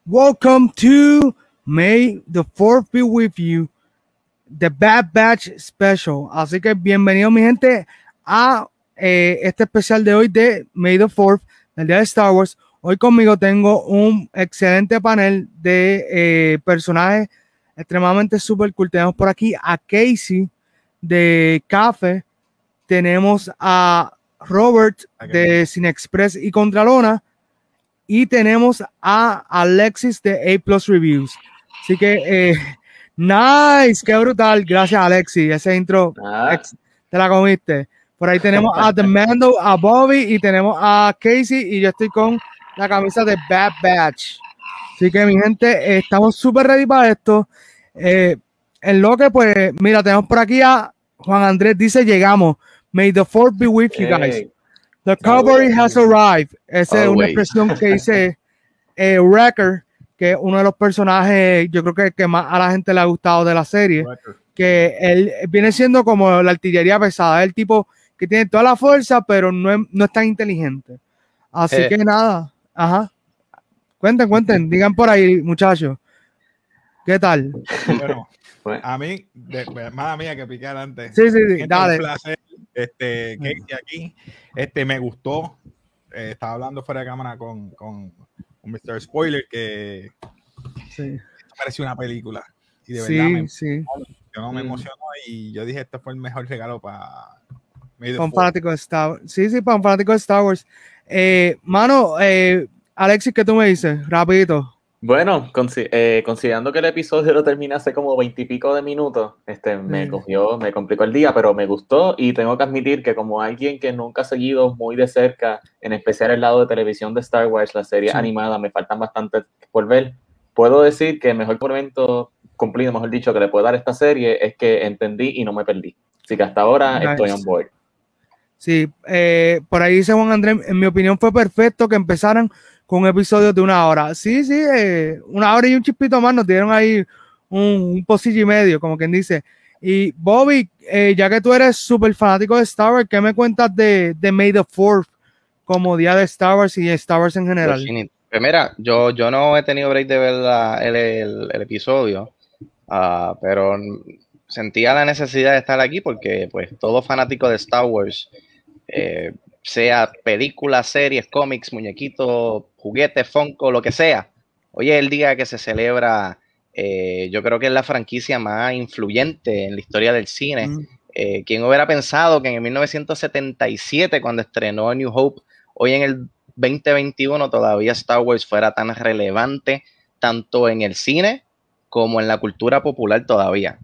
Welcome to May the 4th be with you, the Bad Batch Special. Así que bienvenido mi gente a este especial de hoy de May the 4th, del día de Star Wars. Hoy conmigo tengo un excelente panel de personajes extremadamente super cool. Tenemos por aquí a Casey de Café, tenemos a Robert de Cine Express y Contralona, y tenemos a Alexis de A Plus Reviews. Así que, nice, qué brutal. Gracias, Alexis. Ese intro, te la comiste. Por ahí tenemos a The Mando, a Bobby, y tenemos a Casey, y yo estoy con la camisa de Bad Batch. Así que, mi gente, estamos súper ready para esto. En lo que, pues, mira, tenemos por aquí a Juan Andrés, dice, llegamos. May the 4th be with you guys. The cavalry has arrived. Esa es una expresión que dice Wrecker, que es uno de los personajes, yo creo que más a la gente le ha gustado de la serie, que él viene siendo como la artillería pesada, el tipo que tiene toda la fuerza, pero no es tan inteligente. Así que nada, ajá. Cuenten, digan por ahí, muchachos. ¿Qué tal? Bueno, a mí, madre mía, que piqué adelante. Sí, dale. Un placer, Casey aquí. Me gustó. Estaba hablando fuera de cámara con Mr. Spoiler que parecía una película. Y de verdad me emocionó y yo dije, esto fue el mejor regalo para un fanático de Star Wars. Sí, para un fanático de Star Wars. Mano, Alexis, ¿qué tú me dices? Rapidito. Bueno, considerando que el episodio lo terminé hace como 20 y pico de minutos, me complicó el día, pero me gustó y tengo que admitir que como alguien que nunca ha seguido muy de cerca, en especial el lado de televisión de Star Wars, las series animadas, me faltan bastante por ver. Puedo decir que el mejor momento cumplido, mejor dicho, que le puedo dar a esta serie es que entendí y no me perdí. Así que hasta ahora estoy on board. Sí, por ahí dice Juan Andrés, en mi opinión fue perfecto que empezaran con episodios de 1 hora. Sí, 1 hora y un chispito más, nos dieron ahí un pocillo y medio, como quien dice. Y Bobby, ya que tú eres súper fanático de Star Wars, ¿qué me cuentas de May the 4th como día de Star Wars y de Star Wars en general? Pues mira, yo no he tenido break de ver el episodio, pero sentía la necesidad de estar aquí porque pues todo fanático de Star Wars, sea películas, series, cómics, muñequitos, juguetes, Funko, lo que sea. Hoy es el día que se celebra, yo creo que es la franquicia más influyente en la historia del cine. ¿Quién hubiera pensado que en 1977, cuando estrenó New Hope, hoy en el 2021 todavía Star Wars fuera tan relevante, tanto en el cine como en la cultura popular todavía?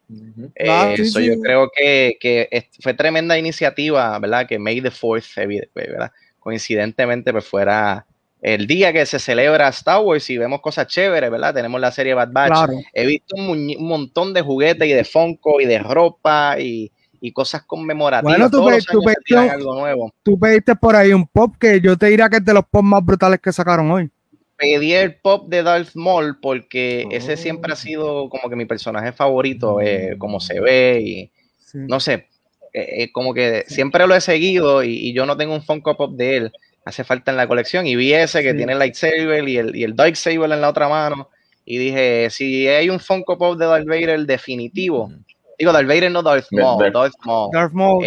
Yo creo que fue tremenda iniciativa, ¿verdad? Que May the 4th, ¿verdad? Coincidentemente, pues fuera el día que se celebra Star Wars y vemos cosas chéveres, ¿verdad? Tenemos la serie Bad Batch. Claro. He visto un montón de juguetes y de Funko y de ropa y cosas conmemorativas. Bueno, algo nuevo. Tú pediste por ahí un pop que yo te diría que es de los pop más brutales que sacaron hoy. Pedí el pop de Darth Maul porque ese siempre ha sido como que mi personaje favorito, como se ve y no sé, como que siempre lo he seguido y yo no tengo un Funko Pop de él, hace falta en la colección y vi ese que tiene el lightsaber y el Darksaber en la otra mano y dije, si hay un Funko Pop de Darth Vader, el definitivo, digo Darth Vader, no Darth Maul, Darth Maul,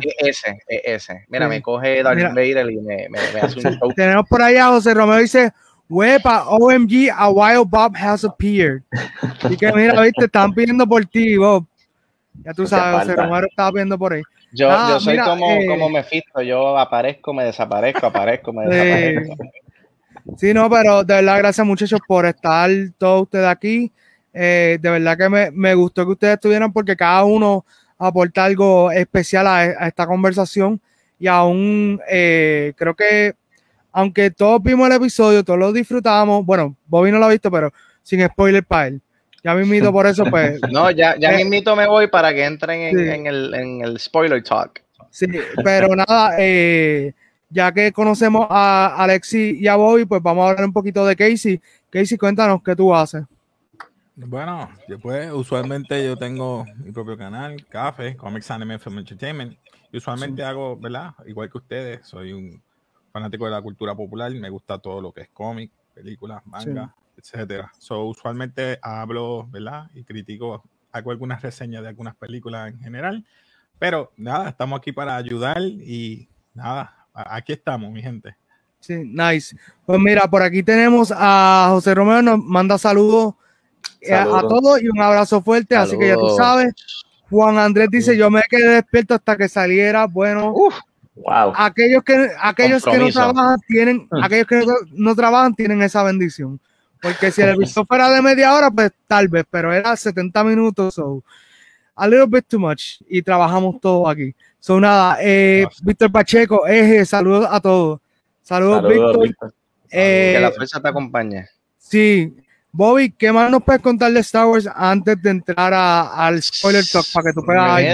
ese, mira, me coge Darth Vader y me hace un show. Tenemos por allá José Romeo dice, Wepa, OMG, a wild Bob has appeared. Así que mira, viste, están pidiendo por ti, Bob. Ya tú sabes, José Romero estaba pidiendo por ahí. Yo soy como Mephisto, yo aparezco, me desaparezco, desaparezco. Sí, no, pero de verdad, gracias muchachos por estar todos ustedes aquí. De verdad que me gustó que ustedes estuvieran porque cada uno aporta algo especial a esta conversación y aún creo que aunque todos vimos el episodio, todos lo disfrutamos, bueno, Bobby no lo ha visto, pero sin spoiler para él. Ya mismito por eso, pues. No, ya mismito me voy para que entren en el spoiler talk. Sí, pero nada, ya que conocemos a Alexis y a Bobby, pues vamos a hablar un poquito de Casey. Casey, cuéntanos qué tú haces. Bueno, después usualmente yo tengo mi propio canal, Café, Comics Anime Film Entertainment. Y usualmente hago, ¿verdad? Igual que ustedes, soy un fanático de la cultura popular, me gusta todo lo que es cómic, películas, manga, etcétera. So, usualmente hablo, ¿verdad? Y critico, hago algunas reseñas de algunas películas en general, pero nada, estamos aquí para ayudar y nada, aquí estamos, mi gente. Sí, nice. Pues mira, por aquí tenemos a José Romero, nos manda saludos a todos y un abrazo fuerte, así que ya tú sabes. Juan Andrés dice, yo me quedé despierto hasta que saliera. Bueno, wow. aquellos que no trabajan tienen, aquellos que no trabajan tienen esa bendición. Porque si el episodio fuera de media hora, pues tal vez, pero era 70 minutos, so a little bit too much. Y trabajamos todos aquí. So nada, Víctor Pacheco, saludos a todos. Saludos, Víctor. Que la fuerza te acompañe. Sí. Bobby, ¿qué más nos puedes contar de Star Wars antes de entrar al spoiler talk para que tú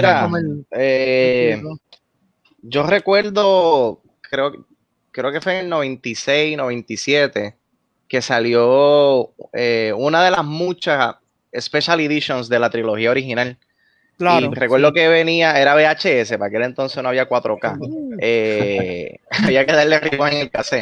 puedas yo recuerdo, creo que fue en el 96, 97, que salió una de las muchas Special Editions de la trilogía original. Claro, y recuerdo que era VHS, para aquel entonces no había 4K. Había que darle rewind en el cassette.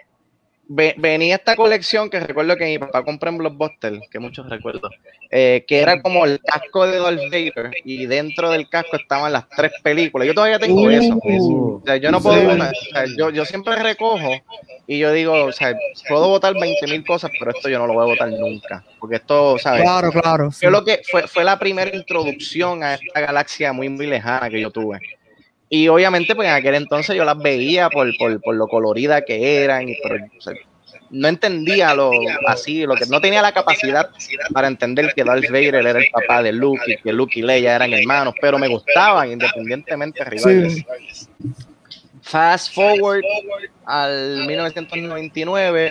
Venía esta colección que recuerdo que mi papá compró en Blockbuster, que muchos recuerdo, que era como el casco de Darth Vader y dentro del casco estaban las 3 películas. Yo todavía tengo eso. O sea, yo no puedo, yo siempre recojo y yo digo, o sea, puedo votar 20,000 cosas, pero esto yo no lo voy a votar nunca, porque esto, ¿sabes? Claro. Yo lo que fue la primera introducción a esta galaxia muy, muy lejana que yo tuve. Y obviamente, pues en aquel entonces yo las veía por lo colorida que eran, pero, o sea, no entendía lo que no tenía la capacidad para entender que Darth Vader era el papá de Luke y que Luke y Leia eran hermanos, pero me gustaban independientemente rivales. Sí. Fast forward al 1999,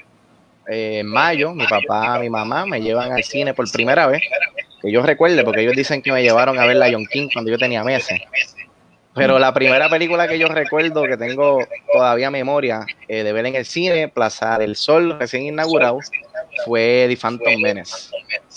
en mayo, mi papá, mi mamá me llevan al cine por primera vez, que yo recuerde, porque ellos dicen que me llevaron a ver Lion King cuando yo tenía meses. Pero la primera película que yo recuerdo, que tengo todavía memoria de ver en el cine, Plaza del Sol, recién inaugurado, fue The Phantom Menace.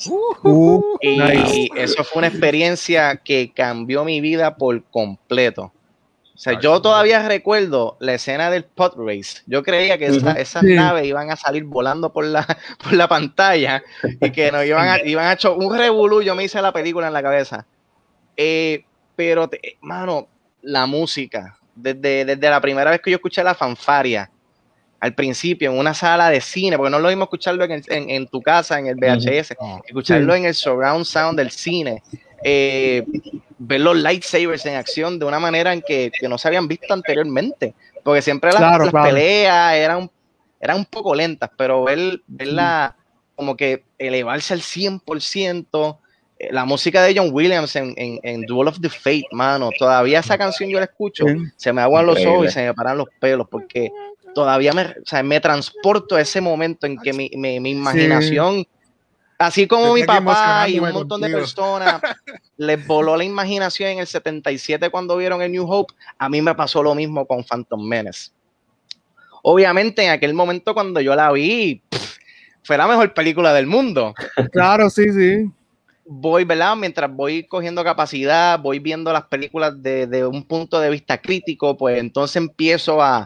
Y eso fue una experiencia que cambió mi vida por completo. O sea, yo todavía recuerdo la escena del pod race. Yo creía que esas naves iban a salir volando por la pantalla y que nos iban a echar un revolú. Yo me hice la película en la cabeza. Pero, mano, la música, desde la primera vez que yo escuché la fanfaria, al principio en una sala de cine, porque no es lo mismo escucharlo en tu casa, en el VHS, escucharlo en el surround sound del cine, ver los lightsabers en acción de una manera en que no se habían visto anteriormente, porque siempre las peleas eran un poco lentas, pero verla como que elevarse al 100%. La música de John Williams en Duel of the Fate, mano, todavía esa canción yo la escucho, se me aguan los ojos y se me paran los pelos, porque todavía me transporto a ese momento en que mi imaginación, así como mi papá y un montón de personas les voló la imaginación en el 77 cuando vieron el New Hope, a mí me pasó lo mismo con Phantom Menace. Obviamente en aquel momento cuando yo la vi, fue la mejor película del mundo. Claro, sí. ¿Verdad? Mientras voy cogiendo capacidad, voy viendo las películas de un punto de vista crítico, pues entonces empiezo a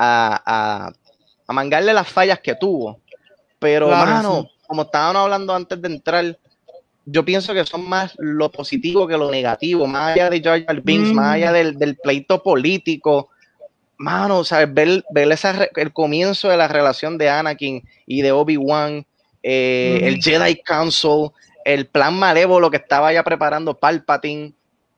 mangarle las fallas que tuvo. Pero, mano, como estábamos hablando antes de entrar, yo pienso que son más lo positivo que lo negativo, más allá de Jar Jar Binks, más allá del pleito político. Mano, ¿sabes? Ver el comienzo de la relación de Anakin y de Obi-Wan, el Jedi Council, el plan malévolo que estaba ya preparando Palpatine,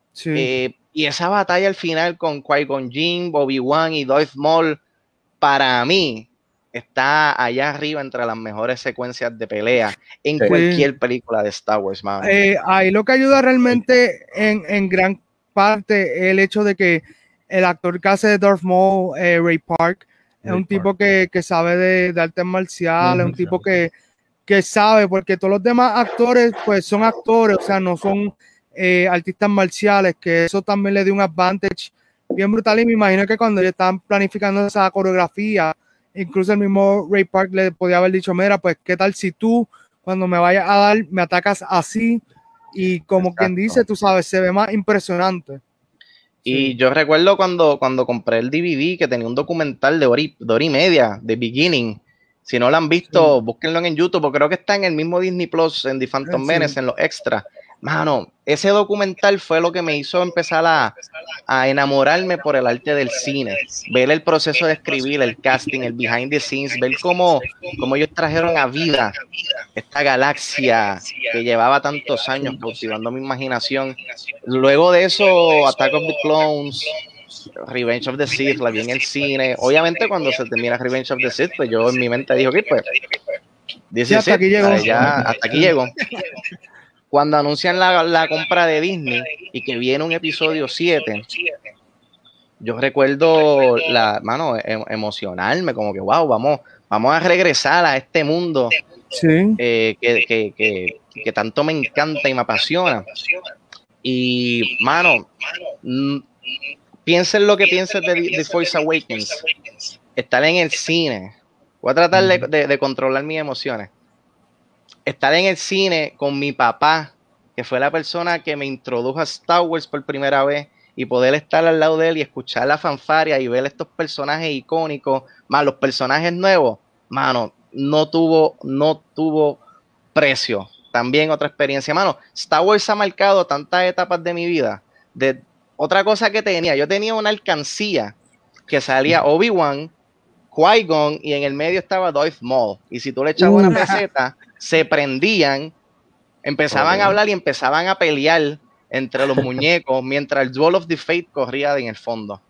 y esa batalla al final con Qui-Gon Jinn, Obi-Wan y Darth Maul, para mí está allá arriba entre las mejores secuencias de pelea en cualquier película de Star Wars, man. Ahí lo que ayuda realmente en gran parte el hecho de que el actor que hace de Darth Maul, Ray Park, es un tipo que sabe de artes marciales, un tipo que sabe, porque todos los demás actores pues son actores, o sea, no son artistas marciales, que eso también le dio un advantage bien brutal. Y me imagino que cuando ellos estaban planificando esa coreografía, incluso el mismo Ray Park le podía haber dicho, mira, pues qué tal si tú cuando me vayas a dar me atacas así, y como quien dice, tú sabes, se ve más impresionante. Y yo recuerdo cuando compré el DVD que tenía un documental de hora y media, de Beginning. O Si no lo han visto, búsquenlo en YouTube, porque creo que está en el mismo Disney Plus, en The Phantom Menace, en los extras. Mano, ese documental fue lo que me hizo empezar a enamorarme por el arte del cine. Ver el proceso de escribir, el casting, el behind the scenes, ver cómo ellos trajeron a vida esta galaxia que llevaba tantos años cautivando mi imaginación. Luego de eso, Attack of the Clones, Revenge of the Sith, la vi en el cine. Obviamente cuando se termina Revenge of the Sith, pues yo en mi mente digo que pues hasta aquí llegó. Hasta aquí llegó. Cuando anuncian la compra de Disney y que viene un episodio 7, yo recuerdo emocionarme, como que wow, vamos a regresar a este mundo que tanto me encanta y me apasiona. Y mano, piensen lo que piensen de The Force Awakens. Estar en el cine. Voy a tratar de controlar mis emociones. Estar en el cine con mi papá, que fue la persona que me introdujo a Star Wars por primera vez, y poder estar al lado de él y escuchar la fanfarria y ver estos personajes icónicos, más los personajes nuevos, mano, no tuvo precio. También otra experiencia, mano. Star Wars ha marcado tantas etapas de mi vida. Otra cosa que yo tenía una alcancía que salía Obi-Wan, Qui-Gon, y en el medio estaba Darth Maul. Y si tú le echabas una peseta, se prendían, empezaban a hablar y empezaban a pelear entre los muñecos mientras el Duel of the Fate corría en el fondo.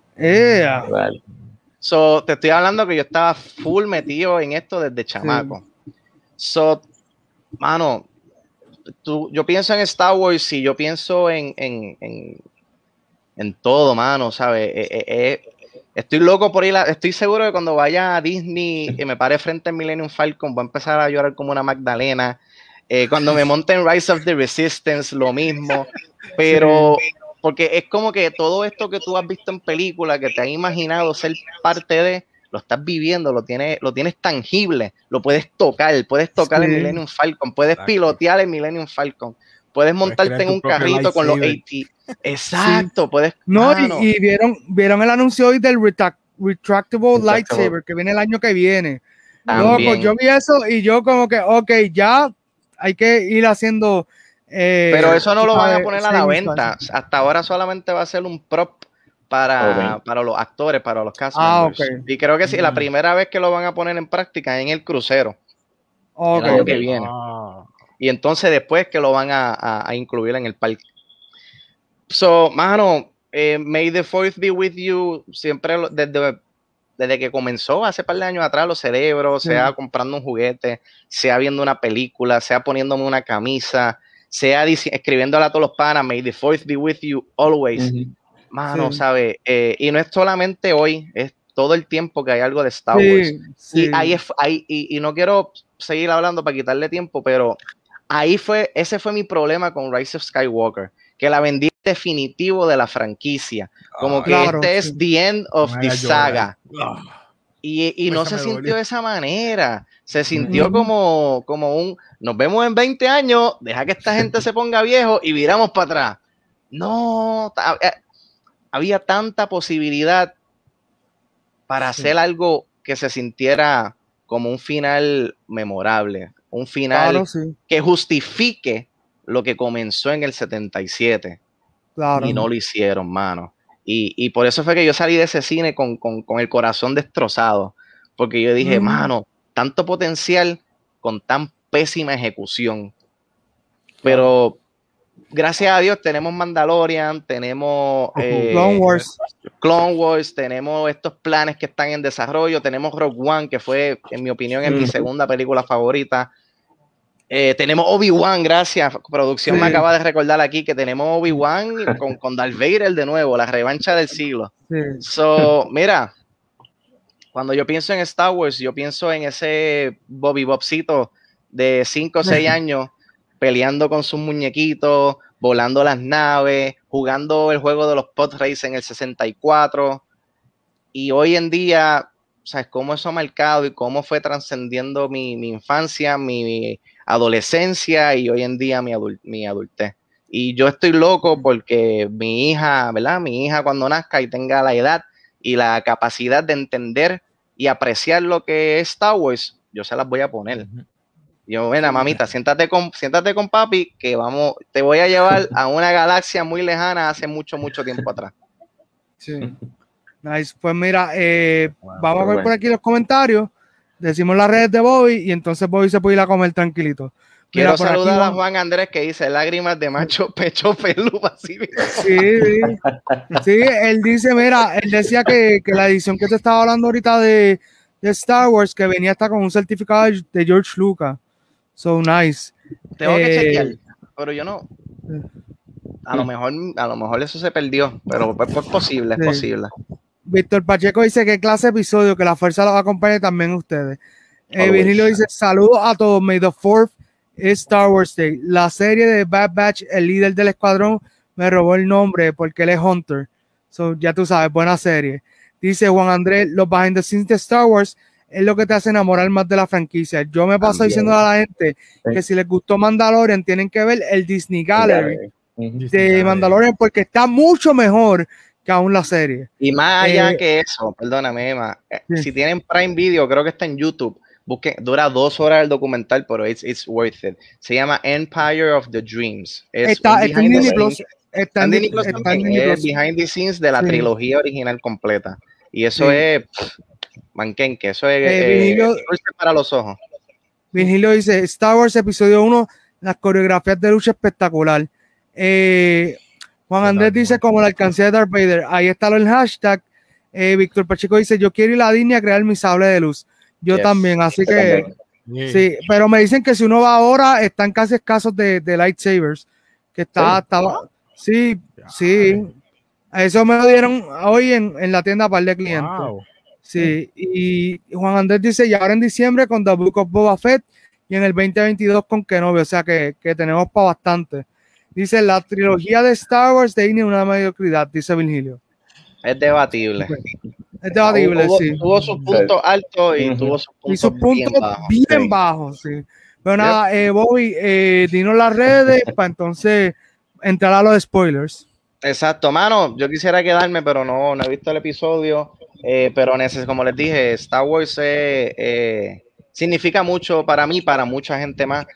So, te estoy hablando que yo estaba full metido en esto desde chamaco. So, mano, yo pienso en Star Wars y yo pienso en todo, mano, ¿sabes? Estoy loco por ir estoy seguro que cuando vaya a Disney y me pare frente al Millennium Falcon voy a empezar a llorar como una Magdalena. Cuando me monte en Rise of the Resistance, lo mismo. Pero, porque es como que todo esto que tú has visto en películas, que te has imaginado ser parte de, lo estás viviendo, lo tienes tangible, lo puedes tocar el Millennium Falcon, puedes pilotear el Millennium Falcon, puedes montarte en un carrito con los AT. Exacto, puedes. No, y vieron el anuncio hoy del retractable lightsaber que viene el año que viene. Loco, yo vi eso y yo como que, ok, ya hay que ir haciendo. Pero eso no lo van a poner a la venta. Hasta ahora solamente va a ser un prop para los actores, para los cast members. Y creo que sí, la primera vez que lo van a poner en práctica es en el crucero. El año que viene. Y entonces después que lo van a incluir en el parque. So, mano, May the Fourth be with you. Siempre desde que comenzó hace par de años atrás, lo celebro, sea comprando un juguete, sea viendo una película, sea poniéndome una camisa, sea escribiéndole a todos los panas, May the Fourth be with you always. Mano, ¿sabes? Y no es solamente hoy, es todo el tiempo que hay algo de Star Wars. Y no quiero seguir hablando para quitarle tiempo, pero ese fue mi problema con Rise of Skywalker, que la vendí definitivo de la franquicia, como que es the end of the saga. Y no se sintió de esa manera, se sintió como un, nos vemos en 20 años, deja que esta gente se ponga viejo y viramos para atrás. No, había tanta posibilidad para hacer algo que se sintiera como un final memorable, un final que justifique lo que comenzó en el 77. Y no lo hicieron, mano. Y por eso fue que yo salí de ese cine con el corazón destrozado, porque yo dije, mano, tanto potencial con tan pésima ejecución. Pero gracias a Dios tenemos Mandalorian, tenemos Clone Wars, tenemos estos planes que están en desarrollo, tenemos Rogue One, que fue, en mi opinión, mi segunda película favorita. Tenemos Obi-Wan, gracias. Producción me acaba de recordar aquí que tenemos Obi-Wan con Darth Vader de nuevo, la revancha del siglo. So, mira, cuando yo pienso en Star Wars, yo pienso en ese Bobby Bobcito de 5 o 6 años peleando con sus muñequitos, volando las naves, jugando el juego de los pod race en el 64. Y hoy en día, ¿sabes cómo eso ha marcado y cómo fue trascendiendo mi infancia, mi adolescencia y hoy en día mi adultez? Y yo estoy loco porque mi hija, ¿verdad? Mi hija cuando nazca y tenga la edad y la capacidad de entender y apreciar lo que es Star Wars, yo se las voy a poner. Yo, ven, mamita, siéntate con papi, que te voy a llevar a una galaxia muy lejana hace mucho, mucho tiempo atrás. Sí. Nice. Pues mira, vamos a ver por aquí los comentarios, decimos las redes de Bobby y entonces Bobby se puede ir a comer tranquilito. Quiero Mira, saludar a Juan Andrés que dice lágrimas de macho pecho peludo. Así sí, él dice, mira, él decía que la edición que te estaba hablando ahorita de Star Wars, que venía hasta con un certificado de George Lucas. So nice. Tengo que chequear, pero yo no. A lo mejor eso se perdió, pero es posible, es posible. Víctor Pacheco dice qué clase de episodio, que la fuerza los acompañe también a ustedes. Virgilio dice saludos a todos, May the 4th is Star Wars Day. La serie de Bad Batch, el líder del escuadrón, me robó el nombre porque él es Hunter. So, ya tú sabes, buena serie. Dice Juan Andrés, los behind the scenes de Star Wars es lo que te hace enamorar más de la franquicia. Yo me paso diciendo a la gente que si les gustó Mandalorian tienen que ver el Disney Gallery de Mandalorian porque está mucho mejor que aún la serie. Y más allá que eso, perdóname, Emma, si tienen Prime Video, creo que está en YouTube. Busquen, dura 2 horas el documental, pero it's worth it. Se llama Empire of the Dreams. Está en Disney Plus. Está en Disney Plus. Es behind the scenes de la trilogía original completa. Y eso es manquenque, eso es dulce para los ojos. Virgilio dice, Star Wars Episodio 1, las coreografías de lucha espectacular. Juan Andrés dice, como la alcancía de Darth Vader. Ahí está el hashtag. Víctor Pacheco dice, yo quiero ir a Disney a crear mi sable de luz. Yo también, así que sí, pero me dicen que si uno va ahora, están casi escasos de lightsabers. Que estaba sí. Eso me lo dieron hoy en la tienda para el de clientes. Wow. Sí, y Juan Andrés dice, y ahora en diciembre con The Book of Boba Fett y en el 2022 con Kenobi, o sea que tenemos para bastante. Dice, la trilogía de Star Wars de Disney es una mediocridad, dice Virgilio. Es debatible. Es debatible, sí. Tuvo sus puntos altos y tuvo sus puntos bien bajos, sí. Pero nada, Bobby, dinos las redes para entonces entrar a los spoilers. Exacto, mano, yo quisiera quedarme, pero no he visto el episodio, pero como les dije, Star Wars significa mucho para mí, para mucha gente más.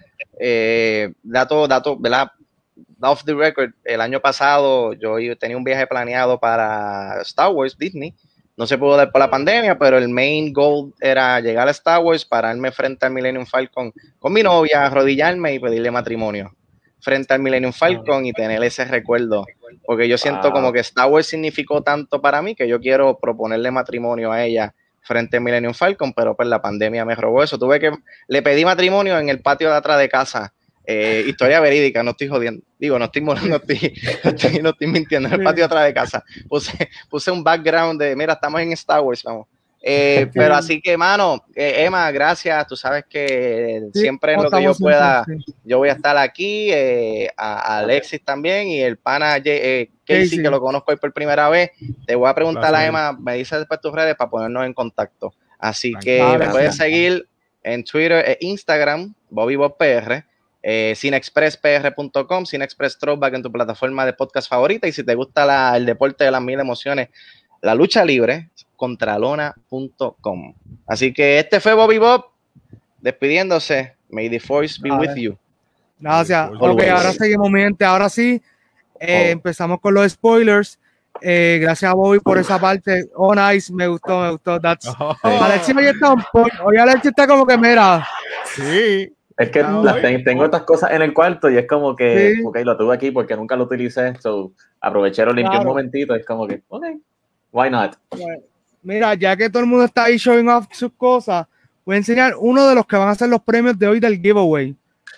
Dato, ¿verdad? Off the record, el año pasado yo tenía un viaje planeado para Star Wars, Disney. No se pudo dar por la pandemia, pero el main goal era llegar a Star Wars, pararme frente al Millennium Falcon con mi novia, arrodillarme y pedirle matrimonio frente al Millennium Falcon y tener ese recuerdo. Porque yo siento como que Star Wars significó tanto para mí que yo quiero proponerle matrimonio a ella frente al Millennium Falcon, pero pues la pandemia me robó eso. Le pedí matrimonio en el patio de atrás de casa. Historia verídica, no estoy jodiendo. Digo, no estoy mintiendo. En el patio de atrás de casa. Puse un background de, mira, estamos en Star Wars, vamos. Pero así que, mano, Emma, gracias. Tú sabes que siempre en lo que yo pueda, yo voy a estar aquí. A Alexis también y el pana Casey, que lo conozco hoy por primera vez. Te voy a preguntar a Emma, me dices después tus redes para ponernos en contacto. Así que me puedes seguir en Twitter e Instagram, BobbyBobPR. cinexpresspr.com, Cinexpress Throwback en tu plataforma de podcast favorita, y si te gusta el deporte de las 1000 emociones, la lucha libre, contralona.com. Así que este fue Bobby Bob despidiéndose. May the force be with you. Gracias. Ok, ahora seguimos, mi gente. Ahora sí, empezamos con los spoilers. Gracias a Bobby por esa parte. Oh, nice, me gustó. Alexis hoy Alexis está como que mira. Sí. Es que tengo estas cosas en el cuarto y es como que, ok, lo tuve aquí porque nunca lo utilicé, so aproveché, lo limpié un momentito, es como que, ok, why not? Mira, ya que todo el mundo está ahí showing off sus cosas, voy a enseñar uno de los que van a ser los premios de hoy del giveaway.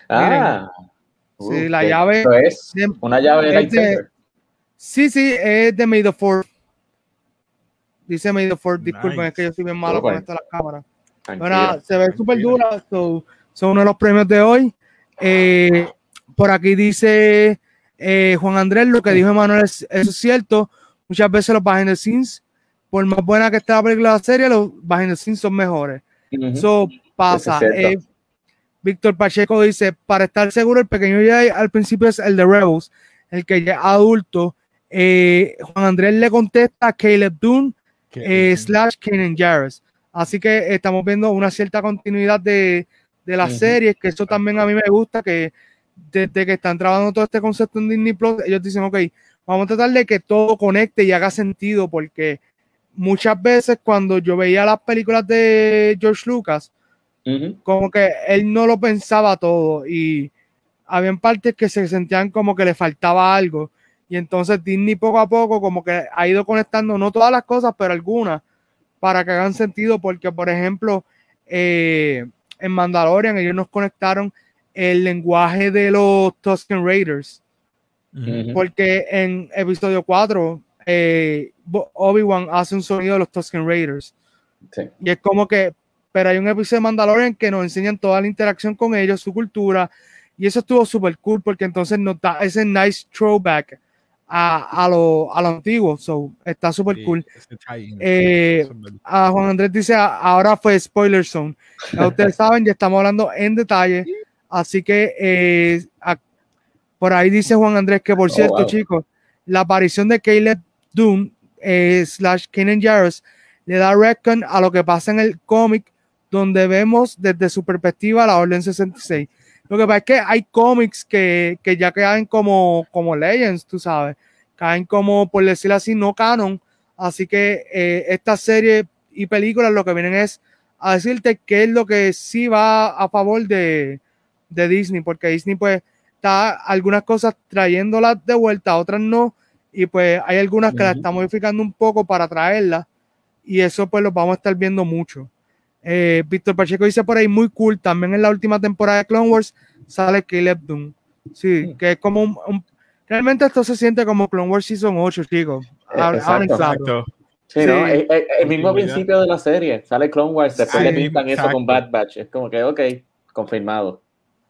Sí, la llave. ¿Esto es una llave de lightsaber? Sí, es de May the 4th. Dice May the 4th, disculpen, es que yo estoy bien malo con esto de las cámaras. Bueno, se ve súper dura, son uno de los premios de hoy. Por aquí dice Juan Andrés, lo que dijo Emanuel eso es cierto. Muchas veces los behind the scenes, por más buena que esté la película de la serie, los behind the scenes son mejores. Eso pasa. Víctor Pacheco dice, para estar seguro, el pequeño Jedi al principio es el de Rebels, el que ya es adulto. Juan Andrés le contesta a Caleb Dune / Kanan Jarrus. Así que estamos viendo una cierta continuidad de las series, que eso también a mí me gusta, que desde que están trabajando todo este concepto en Disney Plus, ellos dicen, ok, vamos a tratar de que todo conecte y haga sentido, porque muchas veces cuando yo veía las películas de George Lucas, como que él no lo pensaba todo y habían partes que se sentían como que le faltaba algo, y entonces Disney poco a poco como que ha ido conectando, no todas las cosas, pero algunas, para que hagan sentido, porque por ejemplo en Mandalorian ellos nos conectaron el lenguaje de los Tusken Raiders, porque en episodio 4 Obi-Wan hace un sonido de los Tusken Raiders, y es como que, pero hay un episodio de Mandalorian que nos enseñan toda la interacción con ellos, su cultura, y eso estuvo súper cool, porque entonces nos da ese nice throwback a lo antiguo, so está súper cool. A Juan Andrés dice, ahora fue spoiler zone. Ya ustedes saben, ya estamos hablando en detalle, así que por ahí dice Juan Andrés que, por cierto, chicos, la aparición de Caleb Dune / Kanan Jarrus le da retcon a lo que pasa en el cómic, donde vemos desde su perspectiva la Orden 66. Lo que pasa es que hay cómics que ya caen como Legends, tú sabes, caen como, por decirlo así, no canon. Así que esta serie y películas lo que vienen es a decirte qué es lo que sí va a favor de Disney, porque Disney pues está algunas cosas trayéndolas de vuelta, otras no, y pues hay algunas que las está modificando un poco para traerlas, y eso pues lo vamos a estar viendo mucho. Víctor Pacheco dice por ahí, muy cool, también en la última temporada de Clone Wars sale Caleb Dune. Sí, que es como realmente esto se siente como Clone Wars Season 8, chicos. Exacto. Sí, ¿no? El mismo principio de la serie, sale Clone Wars, después le pintan eso con Bad Batch. Es como que, ok, confirmado.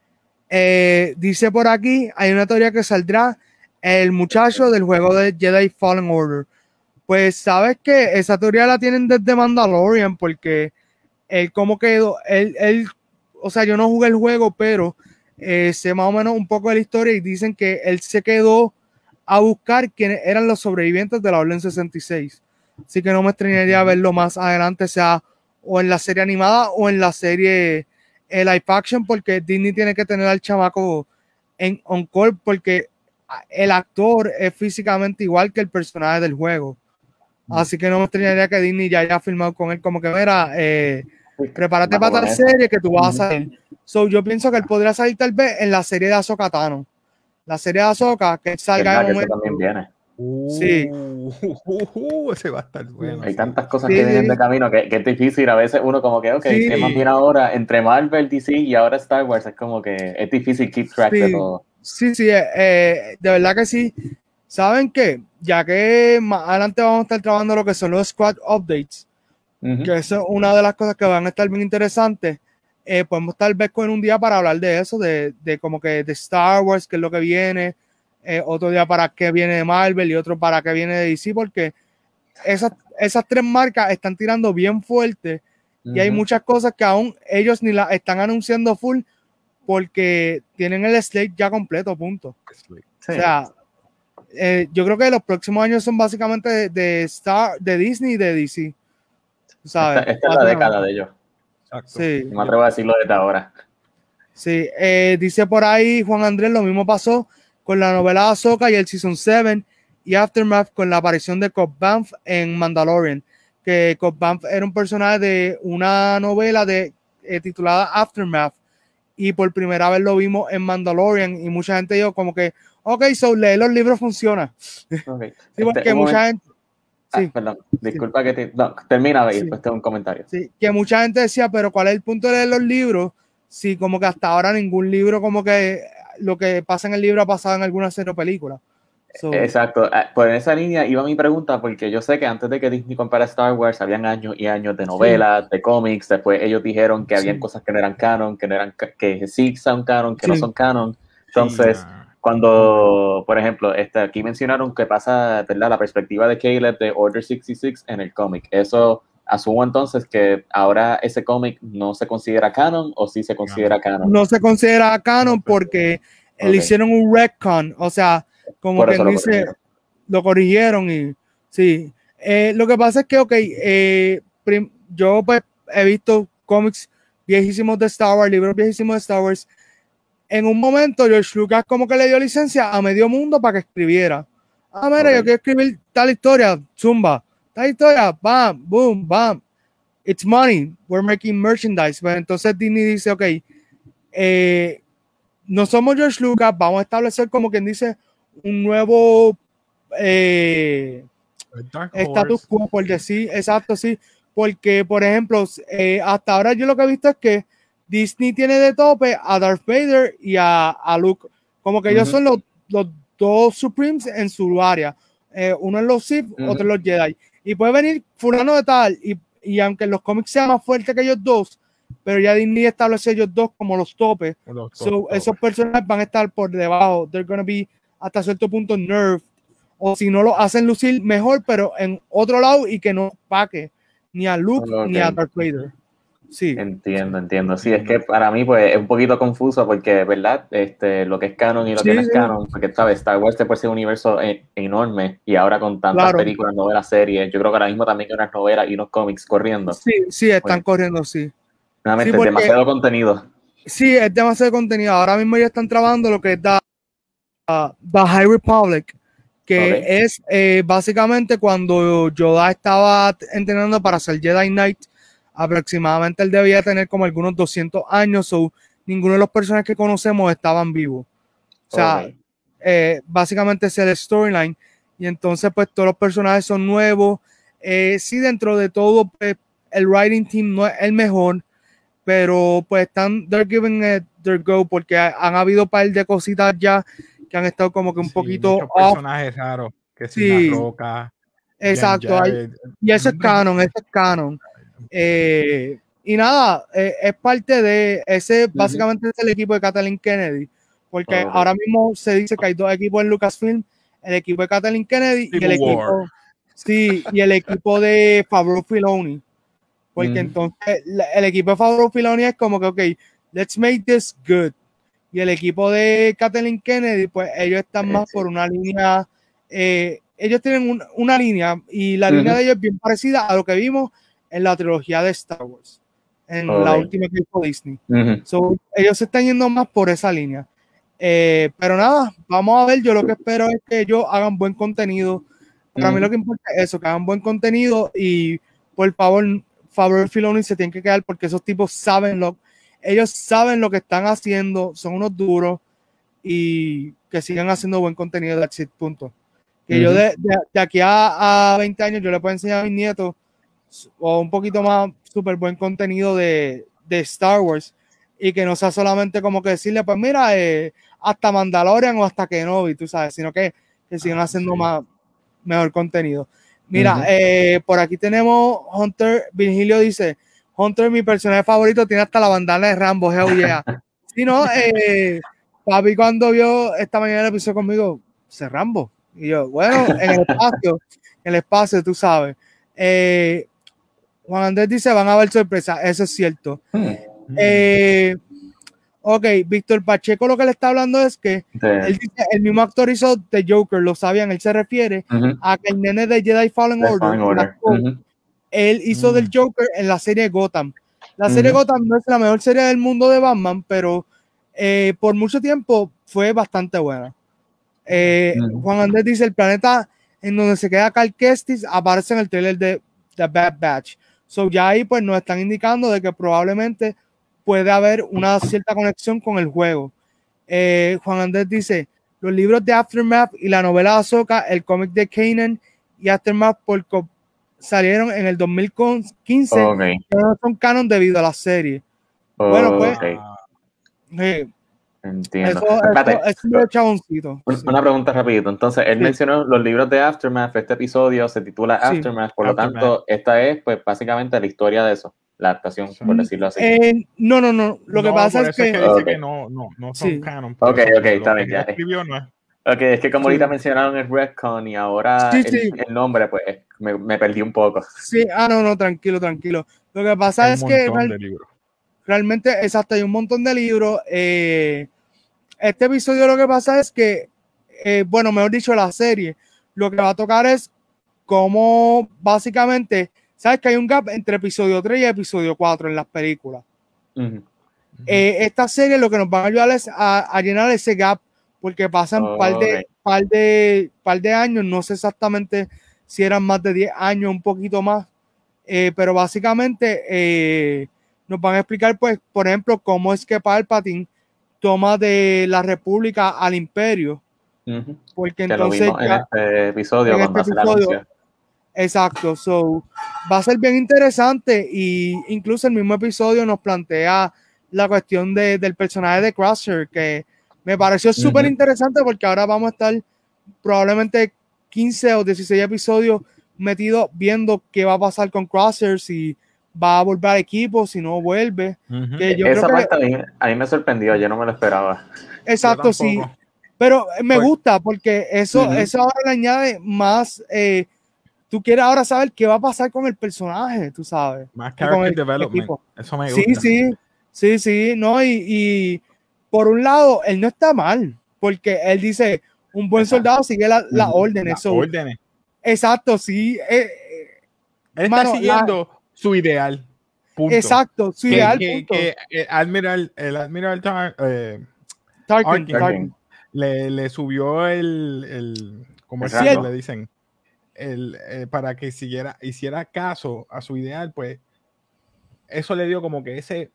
Dice por aquí, hay una teoría que saldrá el muchacho del juego de Jedi Fallen Order. Pues sabes que esa teoría la tienen desde Mandalorian, porque él como quedó, él, o sea, yo no jugué el juego, pero sé más o menos un poco de la historia, y dicen que él se quedó a buscar quiénes eran los sobrevivientes de la Orden 66. Así que no me extrañaría verlo más adelante, sea o en la serie animada o en la serie live action, porque Disney tiene que tener al chamaco en on call, porque el actor es físicamente igual que el personaje del juego. Así que no me extrañaría que Disney ya haya filmado con él, como que mira, prepárate para tal serie que tú vas a salir. So, yo pienso que él podría salir tal vez en la serie de Ahsoka Tano. La serie de Ahsoka, que salga de momento. También viene. Sí. Ese va a estar bueno. Hay tantas cosas que vienen de camino que es difícil. A veces uno como que, ok, ¿qué más viene ahora? Entre Marvel, DC y ahora Star Wars, es como que es difícil keep track de todo. Sí, de verdad que sí. ¿Saben qué? Ya que más adelante vamos a estar trabajando lo que son los Squad Updates, que eso es una de las cosas que van a estar bien interesantes. Podemos tal vez con un día para hablar de eso, de como que de Star Wars, que es lo que viene, otro día para qué viene de Marvel y otro para qué viene de DC, porque esas tres marcas están tirando bien fuerte, y hay muchas cosas que aún ellos ni las están anunciando full, porque tienen el slate ya completo, punto. Sí. O sea, yo creo que los próximos años son básicamente de Disney y de DC. ¿Sabes? Esta es la década de ellos. Exacto. Sí. No me atrevo a decirlo desde ahora. Sí, dice por ahí Juan Andrés, lo mismo pasó con la novela Ahsoka y el Season 7 y Aftermath con la aparición de Cobb Vanth en Mandalorian, que Cobb Vanth era un personaje de una novela titulada Aftermath, y por primera vez lo vimos en Mandalorian, y mucha gente dijo como que, ok, so leer los libros funciona. Okay. Sí, porque mucha gente... Sí. Perdón, disculpa que te... No, termina y después tengo un comentario. Sí, que mucha gente decía, pero ¿cuál es el punto de leer los libros? Sí, como que hasta ahora ningún libro, como que lo que pasa en el libro ha pasado en alguna serie o película. Exacto, por esa línea iba mi pregunta, porque yo sé que antes de que Disney comprara Star Wars habían años y años de novelas, de cómics. Después ellos dijeron que habían cosas que no eran canon, que sí son canon, que no son canon. Entonces, cuando, por ejemplo, aquí mencionaron que pasa, ¿verdad?, la perspectiva de Caleb de Order 66 en el cómic. Eso asumo entonces que ahora ese cómic no se considera canon, o sí se considera canon. No se considera canon porque le hicieron un retcon, o sea, como que dice, lo corrigieron y sí. Lo que pasa es que, ok, yo pues he visto cómics viejísimos de Star Wars, libros viejísimos de Star Wars. En un momento George Lucas como que le dio licencia a medio mundo para que escribiera. Ah, mira, yo quiero escribir tal historia, zumba, tal historia, bam, boom, bam. It's money, we're making merchandise. Pero entonces Disney dice, ok, no somos George Lucas, vamos a establecer como quien dice un nuevo status quo, por decir, exacto, sí, porque por ejemplo, hasta ahora yo lo que he visto es que Disney tiene de tope a Darth Vader y a Luke, como que ellos son los dos Supremes en su área, uno en los Sith, otro en los Jedi, y puede venir fulano de tal, y aunque en los cómics sea más fuerte que ellos dos, pero ya Disney establece ellos dos como los topes, esos personajes van a estar por debajo, they're gonna be hasta cierto punto nerfed, o si no lo hacen lucir mejor, pero en otro lado y que no paque ni a Luke ni a Darth Vader. Sí. Entiendo. Sí, es que para mí pues es un poquito confuso porque, ¿verdad? Lo que es canon y lo que no es canon, porque, ¿sabes? Star Wars puede ser un universo enorme y ahora con tantas películas, novelas, series, yo creo que ahora mismo también hay unas novelas y unos cómics corriendo. Sí, están corriendo, sí. Nuevamente, es demasiado contenido. Sí, es demasiado contenido. Ahora mismo ya están trabajando lo que es The High Republic, que es básicamente cuando Yoda estaba entrenando para ser Jedi Knight. Aproximadamente él debía tener como algunos 200 años, o ninguno de los personajes que conocemos estaban vivos. O sea, básicamente es el storyline. Y entonces, pues, todos los personajes son nuevos. Sí, dentro de todo, pues, el writing team no es el mejor, pero pues they're giving it their go, porque han habido un par de cositas ya que han estado como que un poquito muchos personajes raros, que sí, La Roca. Exacto, y eso es canon. Y nada, es parte de ese, básicamente es el equipo de Kathleen Kennedy, porque ahora mismo se dice que hay dos equipos en Lucasfilm, el equipo de Kathleen Kennedy y el equipo de Favreau Filoni, porque entonces el equipo de Favreau Filoni es como que, ok, let's make this good, y el equipo de Kathleen Kennedy, pues ellos están más por una línea, ellos tienen una línea, y la línea de ellos es bien parecida a lo que vimos en la trilogía de Star Wars, en la última que hizo Disney. So, ellos se están yendo más por esa línea. Pero nada, vamos a ver. Yo lo que espero es que ellos hagan buen contenido. Para mí lo que importa es eso, que hagan buen contenido, y por favor, Favreau y Filoni se tienen que quedar, porque esos tipos ellos saben lo que están haciendo, son unos duros, y que sigan haciendo buen contenido. That's it, punto. Que yo de aquí a 20 años yo le puedo enseñar a mis nietos o un poquito más súper buen contenido de Star Wars, y que no sea solamente como que decirle, pues mira, hasta Mandalorian o hasta Kenobi, tú sabes, sino que sigan haciendo mejor contenido. Mira, por aquí tenemos Hunter, Virgilio dice, Hunter, mi personaje favorito, tiene hasta la bandana de Rambo, hell yeah. Si no, papi cuando vio esta mañana el episodio conmigo, ¿se Rambo? Y yo, bueno, en el espacio, tú sabes. Juan Andrés dice, van a haber sorpresas, eso es cierto. Ok, Víctor Pacheco lo que le está hablando es que él dice, el mismo actor hizo The Joker, lo sabían, él se refiere a que el nene de Jedi Fallen Order. Él hizo del Joker en la serie Gotham. La serie Gotham no es la mejor serie del mundo de Batman, pero por mucho tiempo fue bastante buena. Juan Andrés dice, el planeta en donde se queda Cal Kestis aparece en el trailer de The Bad Batch. So ya ahí pues nos están indicando de que probablemente puede haber una cierta conexión con el juego. Juan Andrés dice, los libros de Aftermath y la novela de Ahsoka, el cómic de Kanan y Aftermath salieron en el 2015, pero no son canon debido a la serie. Bueno, pues entiendo. Eso es un chaboncito. Una pregunta rapidito. Entonces, él mencionó los libros de Aftermath. Este episodio se titula Aftermath, por lo tanto, esta es pues básicamente la historia de eso, la adaptación, por decirlo así. No. Lo que pasa es que dice que no son canon. Ok, está bien, ya. Escribió, no es. Ok, es que como ahorita mencionaron el retcon y ahora el nombre, pues me perdí un poco. Sí, no, tranquilo. Lo que pasa es que realmente, exacto, hay un montón de libros. Este episodio lo que pasa es que, bueno, mejor dicho, la serie, lo que va a tocar es cómo básicamente sabes que hay un gap entre episodio 3 y episodio 4 en las películas. Esta serie lo que nos va a ayudar es a llenar ese gap, porque pasan par de años, no sé exactamente si eran más de 10 años, un poquito más, pero básicamente nos van a explicar, pues, por ejemplo, cómo es que Palpatine toma de la República al Imperio, porque que entonces lo vimos en este episodio cuando hace la anuncio. Exacto, so va a ser bien interesante, y incluso el mismo episodio nos plantea la cuestión del personaje de Crosshair, que me pareció súper interesante, porque ahora vamos a estar probablemente 15 o 16 episodios metidos viendo qué va a pasar con Crosshair, si va a volver al equipo, si no vuelve. Que yo esa creo que parte a mí me sorprendió, yo no me lo esperaba. Exacto, sí. Pero me gusta, porque eso ahora le añade más. Tú quieres ahora saber qué va a pasar con el personaje, tú sabes. Más character development. Eso me gusta. Sí, no, y por un lado, él no está mal, porque él dice, un buen soldado sigue las órdenes. Órdenes. Exacto, sí. Él está siguiendo su ideal. Punto. Exacto, su ideal. Que el Admiral Tarkin le subió el ¿cómo es que le dicen? Para que hiciera caso a su ideal, pues eso le dio como que ese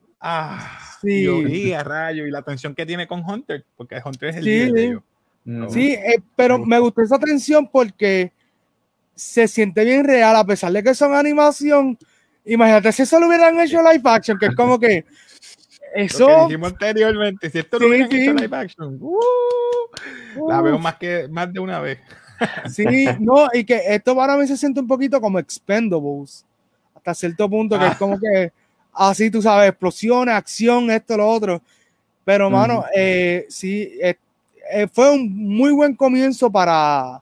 y a rayo, y la tensión que tiene con Hunter, porque Hunter es el líder de ellos. Sí, pero me gustó esa tensión porque se siente bien real, a pesar de que son animación. Imagínate si eso lo hubieran hecho live action, que es como que eso. Lo que dijimos anteriormente, si esto lo hubieran hecho live action, la veo más de una vez. Sí, no, y que esto para mí se siente un poquito como Expendables, hasta cierto punto, que es como que así, tú sabes, explosiones, acción, esto, lo otro. Pero, mano, sí, fue un muy buen comienzo para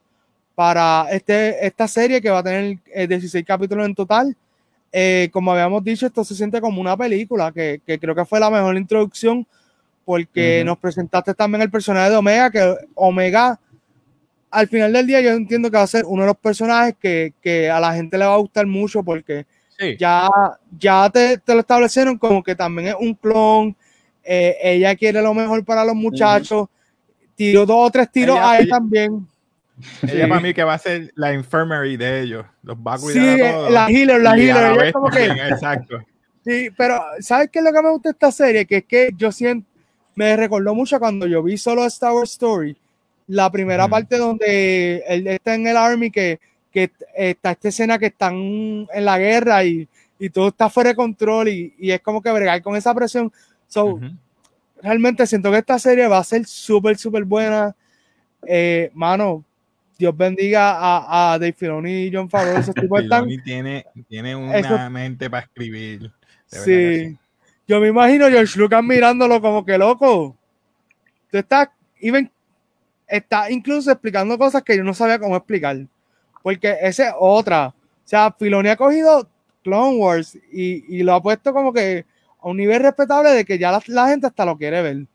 esta serie, que va a tener 16 capítulos en total. Como habíamos dicho, esto se siente como una película, que creo que fue la mejor introducción, porque nos presentaste también el personaje de Omega, que Omega, al final del día, yo entiendo que va a ser uno de los personajes que a la gente le va a gustar mucho, porque ya te lo establecieron como que también es un clon. Ella quiere lo mejor para los muchachos. Tiró 2 o 3 tiros ahí también. Ella para mí que va a ser la infirmary de ellos. Los va a cuidar a todos. La healer. Ella es como que, exacto. Sí, pero ¿sabes qué es lo que me gusta de esta serie? Que es que yo siento, me recordó mucho cuando yo vi solo Star Wars Story, la primera parte donde él está en el Army, que está esta escena que están en la guerra y todo está fuera de control, y es como que bregar con esa presión. Realmente siento que esta serie va a ser súper, súper buena. Mano, Dios bendiga a Dave Filoni y Jon Favreau. Esos tipos están. Tiene una mente para escribir. Sí. Yo me imagino a George Lucas mirándolo como que loco. Tú está incluso explicando cosas que yo no sabía cómo explicar. Porque esa es otra. O sea, Filoni ha cogido Clone Wars y lo ha puesto como que a un nivel respetable, de que ya la gente hasta lo quiere ver.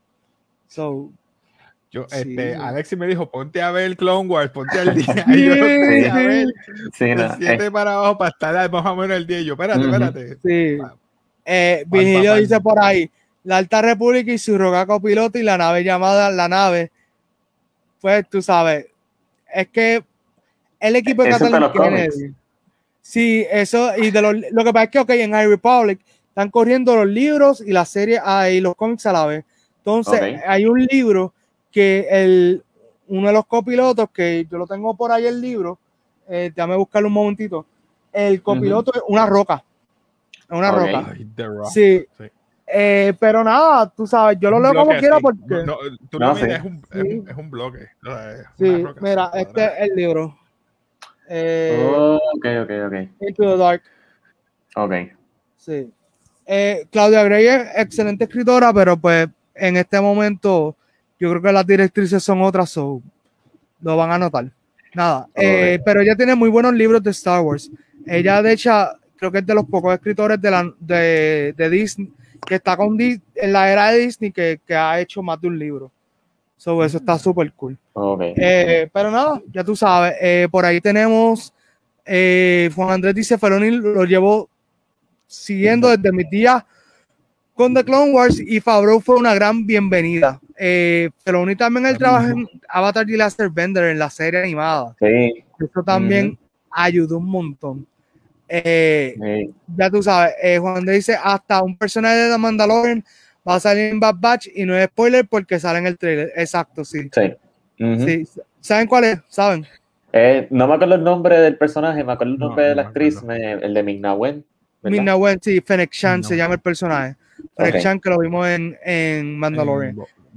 Alexis me dijo, ponte a ver Clone Wars, ponte al día. Sí, y yo lo a ver. Sí, de 7 para abajo para estar más o menos el día. Y yo, espérate. Sí. Vigilio dice por ahí, la Alta República y su roga copiloto y la nave llamada La Nave. Pues tú sabes, es que el equipo de Kathleen Kennedy. Sí, eso, y lo que pasa es que en High Republic están corriendo los libros y la serie y los cómics a la vez. Entonces, hay un libro que uno de los copilotos, que yo lo tengo por ahí el libro, déjame buscarlo un momentito. El copiloto es una roca. Es una roca. Sí. Pero nada, tú sabes, yo lo leo como quiera porque. Es un bloque. Sí, mira, este es el libro. Ok. Into the Dark. Ok. Sí. Claudia Gray es excelente escritora, pero pues en este momento yo creo que las directrices son otras, lo van a notar. Nada. Pero ella tiene muy buenos libros de Star Wars. Ella, de hecho, creo que es de los pocos escritores de Disney que está en la era de Disney que ha hecho más de un libro. Eso está súper cool. Okay. Pero nada, ya tú sabes. Por ahí tenemos Juan Andrés dice, Filoni lo llevó siguiendo desde mis días con The Clone Wars y Favreau fue una gran bienvenida. Filoni también él trabaja en Avatar The Last Airbender en la serie animada. Sí. Esto también ayudó un montón. Ya tú sabes, Juan Andrés dice, hasta un personaje de The Mandalorian va a salir en Bad Batch y no es spoiler porque sale en el trailer. Exacto, sí. Sí. ¿Saben cuál es? ¿Saben? No me acuerdo el nombre del personaje, me acuerdo el nombre de la actriz, el de Ming-Na Wen. Ming-Na Wen, sí, Fennec Shand se llama el personaje. Fennec Shand, que lo vimos en Mandalorian.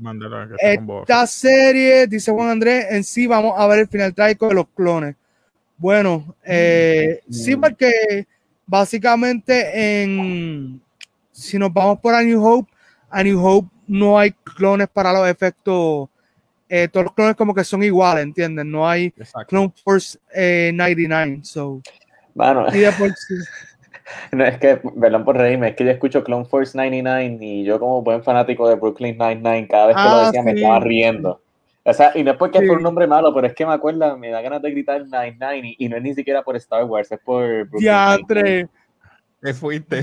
Esta serie, dice Juan Andrés, en sí vamos a ver el final trágico de los clones. Bueno, sí, porque básicamente si nos vamos por A New Hope no hay clones para los efectos. Todos los clones como que son iguales, ¿entienden? No hay Clone Force 99. So. Bueno, y después, sí. No, es que, perdón por reírme, es que yo escucho Clone Force 99 y yo como buen fanático de Brooklyn Nine-Nine, cada vez que lo decía me estaba riendo. O sea, y no es porque fuera un nombre malo, pero es que me acuerda, me da ganas de gritar 99 y no es ni siquiera por Star Wars, es por Brooklyn Nine-Nine. Te fuiste.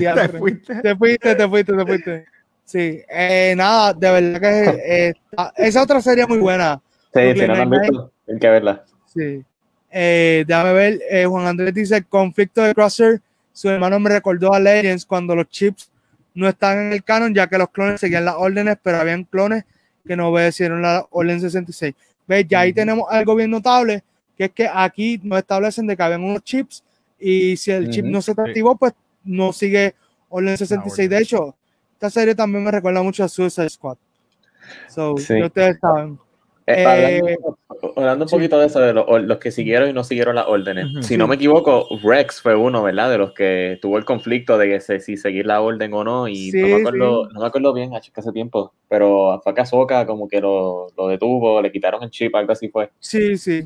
Te fuiste. Sí, nada, de verdad que esa otra serie muy buena. Sí, si no la han visto, hay que verla. Sí. Déjame ver, Juan Andrés dice, el conflicto de Crusher, su hermano me recordó a Legends cuando los chips no están en el canon, ya que los clones seguían las órdenes, pero habían clones que no obedecieron la orden 66. ¿Ves? Ya ahí tenemos algo bien notable, que es que aquí nos establecen de que habían unos chips y si el chip no se activó, pues no sigue orden 66. De hecho, esta serie también me recuerda mucho a Suicide Squad. So, ustedes saben. Hablando un poquito de eso, de los que siguieron y no siguieron las órdenes. Si no me equivoco, Rex fue uno, ¿verdad? De los que tuvo el conflicto de que si seguir la orden o no. Y no me acuerdo bien, hace tiempo. Pero fue que Ahsoka como que lo detuvo, le quitaron el chip, algo así fue. Sí,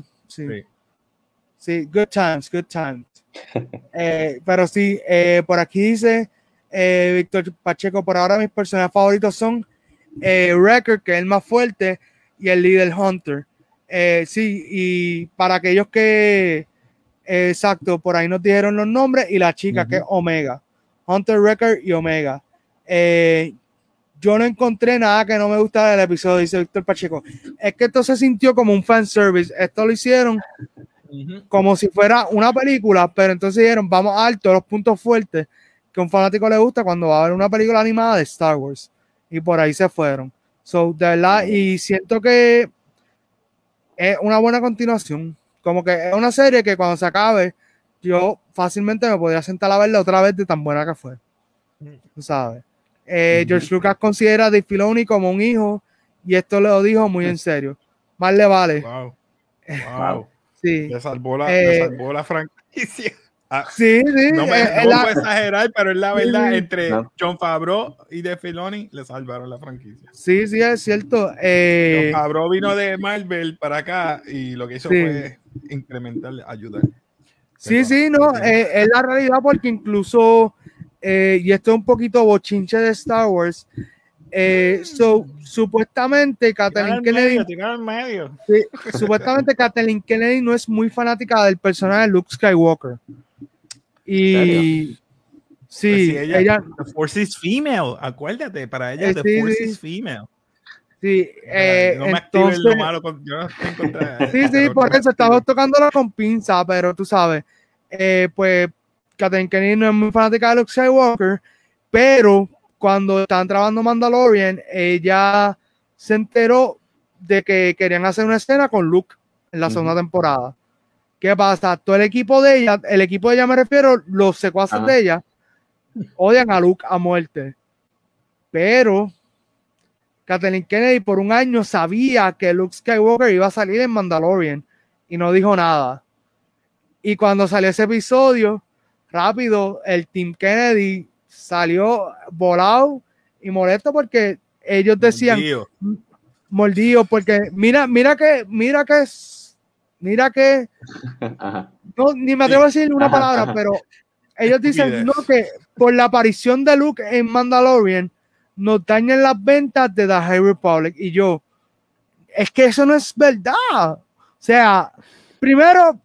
good times. Pero sí, por aquí dice Víctor Pacheco, por ahora mis personajes favoritos son Wrecker, que es el más fuerte, y el líder Hunter. Sí, y para aquellos que exacto, por ahí nos dijeron los nombres, y la chica que es Omega, Hunter, Wrecker y Omega. Yo no encontré nada que no me gustara del episodio, dice Víctor Pacheco. Es que esto se sintió como un fanservice. Esto lo hicieron como si fuera una película, pero entonces dijeron, vamos a dar todos los puntos fuertes que a un fanático le gusta cuando va a ver una película animada de Star Wars. Y por ahí se fueron. So, de verdad, y siento que es una buena continuación. Como que es una serie que cuando se acabe, yo fácilmente me podría sentar a verla otra vez de tan buena que fue. Tú sabes. George Lucas considera a Dave Filoni como un hijo y esto lo dijo muy en serio. Más le vale. Wow. Sí. Le salvó la franquicia. Sí. No puedo exagerar, pero es la verdad. Entre Jon Favreau y Dave Filoni le salvaron la franquicia. Sí, es cierto. Jon Favreau vino de Marvel para acá y lo que hizo fue incrementar, ayudar. Sí, no, es la realidad porque incluso, y esto es un poquito bochinche de Star Wars, supuestamente Kathleen Kennedy, supuestamente Kathleen Kennedy no es muy fanática del personaje de Luke Skywalker. Y sí, pues ella the Force is female, acuérdate, para ella the Force is female. Sí, no me actives lo malo, yo no estoy en contra. Sí, por eso estamos tocándola con pinza, pero tú sabes, pues Kathleen Kennedy no es muy fanática de Luke Skywalker, pero cuando estaban trabajando Mandalorian, ella se enteró de que querían hacer una escena con Luke en la segunda temporada. ¿Qué pasa? Todo el equipo de ella me refiero, los secuaces de ella, odian a Luke a muerte. Pero Kathleen Kennedy por un año sabía que Luke Skywalker iba a salir en Mandalorian y no dijo nada. Y cuando salió ese episodio, rápido, el Team Kennedy salió volado y molesto porque ellos decían mordido porque mira que no, ni me atrevo a decir una palabra, pero ellos dicen no, que por la aparición de Luke en Mandalorian nos dañan las ventas de The High Republic. Y yo, es que eso no es verdad. O sea, primero,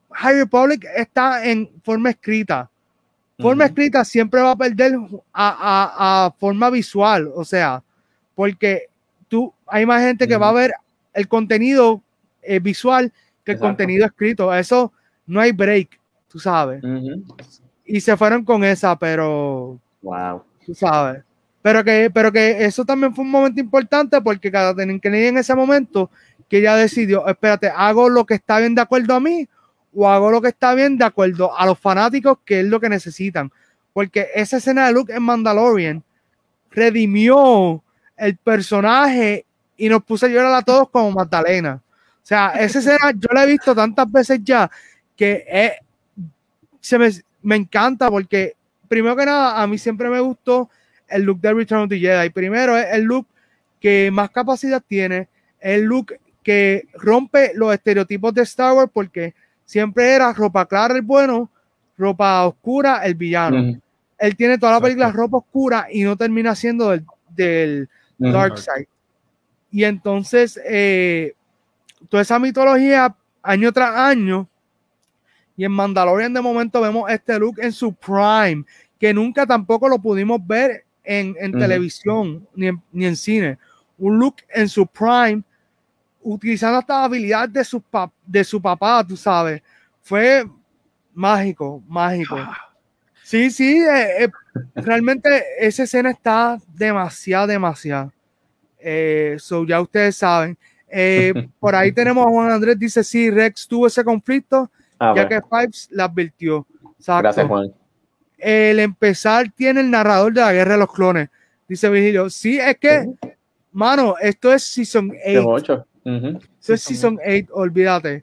High Republic está en forma escrita. Forma escrita siempre va a perder a forma visual, o sea, porque hay más gente que va a ver el contenido visual que el contenido escrito. Eso no hay break, tú sabes. Y se fueron con esa, pero tú sabes. Pero que eso también fue un momento importante porque Kathleen Kennedy en ese momento que ella decidió, espérate, ¿hago lo que está bien de acuerdo a mí o hago lo que está bien de acuerdo a los fanáticos, que es lo que necesitan? Porque esa escena de Luke en Mandalorian redimió el personaje y nos puso a llorar a todos como Magdalena. O sea, esa escena yo la he visto tantas veces ya que me encanta porque primero que nada a mí siempre me gustó el look de Return of the Jedi. Primero es el look que más capacidad tiene, el look que rompe los estereotipos de Star Wars porque siempre era ropa clara el bueno, ropa oscura el villano. Él tiene toda la película ropa oscura y no termina siendo del Dark Side. Y entonces toda esa mitología año tras año, y en Mandalorian de momento vemos este look en su prime, que nunca tampoco lo pudimos ver en televisión ni en cine. Un look en su prime, utilizando hasta habilidades de su papá, tú sabes. Fue mágico. Sí, realmente esa escena está demasiado. So ya ustedes saben. Por ahí tenemos a Juan Andrés, dice, sí, Rex tuvo ese conflicto, ya que Fives la advirtió. Exacto. Gracias, Juan. El empezar tiene el narrador de la Guerra de los Clones, dice Virgilio. Sí, es que, mano, esto es Season 8. Esto es Season 8, olvídate.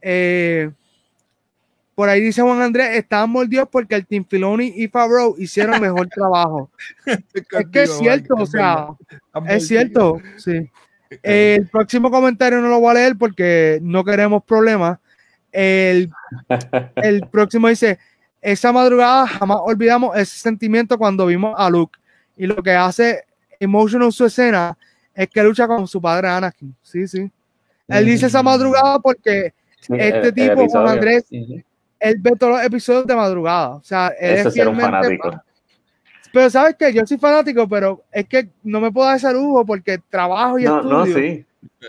Por ahí dice Juan Andrés, estaban mordidos porque el Team Filoni y Favreau hicieron mejor trabajo. Es que es cierto, o sea, es cierto, sí. El próximo comentario no lo voy a leer porque no queremos problemas. El próximo dice, esa madrugada jamás olvidamos ese sentimiento cuando vimos a Luke, y lo que hace emotional su escena es que lucha con su padre Anakin. Sí. Él dice esa madrugada porque este tipo, Juan Andrés, él ve todos los episodios de madrugada. O sea, él eso es ser un fanático. Pero sabes que yo soy fanático, pero es que no me puedo dar ese lujo porque trabajo y estudio.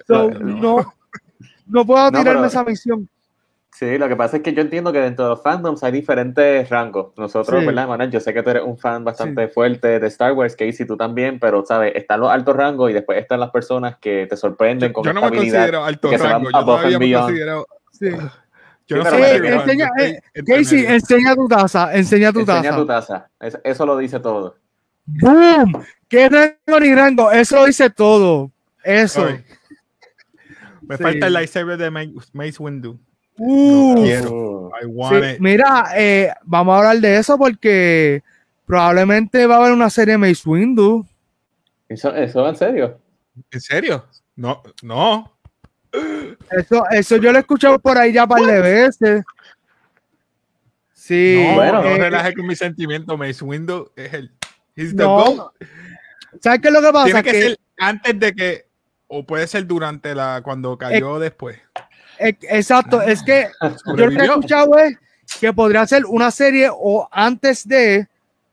No puedo tirarme esa misión. Sí, lo que pasa es que yo entiendo que dentro de los fandoms hay diferentes rangos. Nosotros, ¿verdad, Manuel? Yo sé que tú eres un fan bastante fuerte de Star Wars, Casey, tú también, pero, ¿sabes? Están los altos rangos y después están las personas que te sorprenden con esta habilidad. Yo no me considero alto rango, yo todavía me considero... Yo no sé, Casey, enseña tu taza. Enseña tu taza. Eso lo dice todo. ¡Boom! ¿Qué rango ni rango? Eso lo dice todo. Eso. Oye. Me falta el lightsaber de Mace Windu. Quiero. I want it. Mira, vamos a hablar de eso porque probablemente va a haber una serie de Mace Windu. ¿Eso en serio? ¿En serio? No. Eso yo lo he escuchado por ahí ya un par de veces. Sí. No, bueno, no relaje con mis sentimientos. Mace Windu es he's the GOAT. ¿Sabes qué es lo que pasa? Tiene que ser antes de que, o puede ser durante cuando cayó después. Exacto, es que yo lo que he escuchado es que podría ser una serie o antes de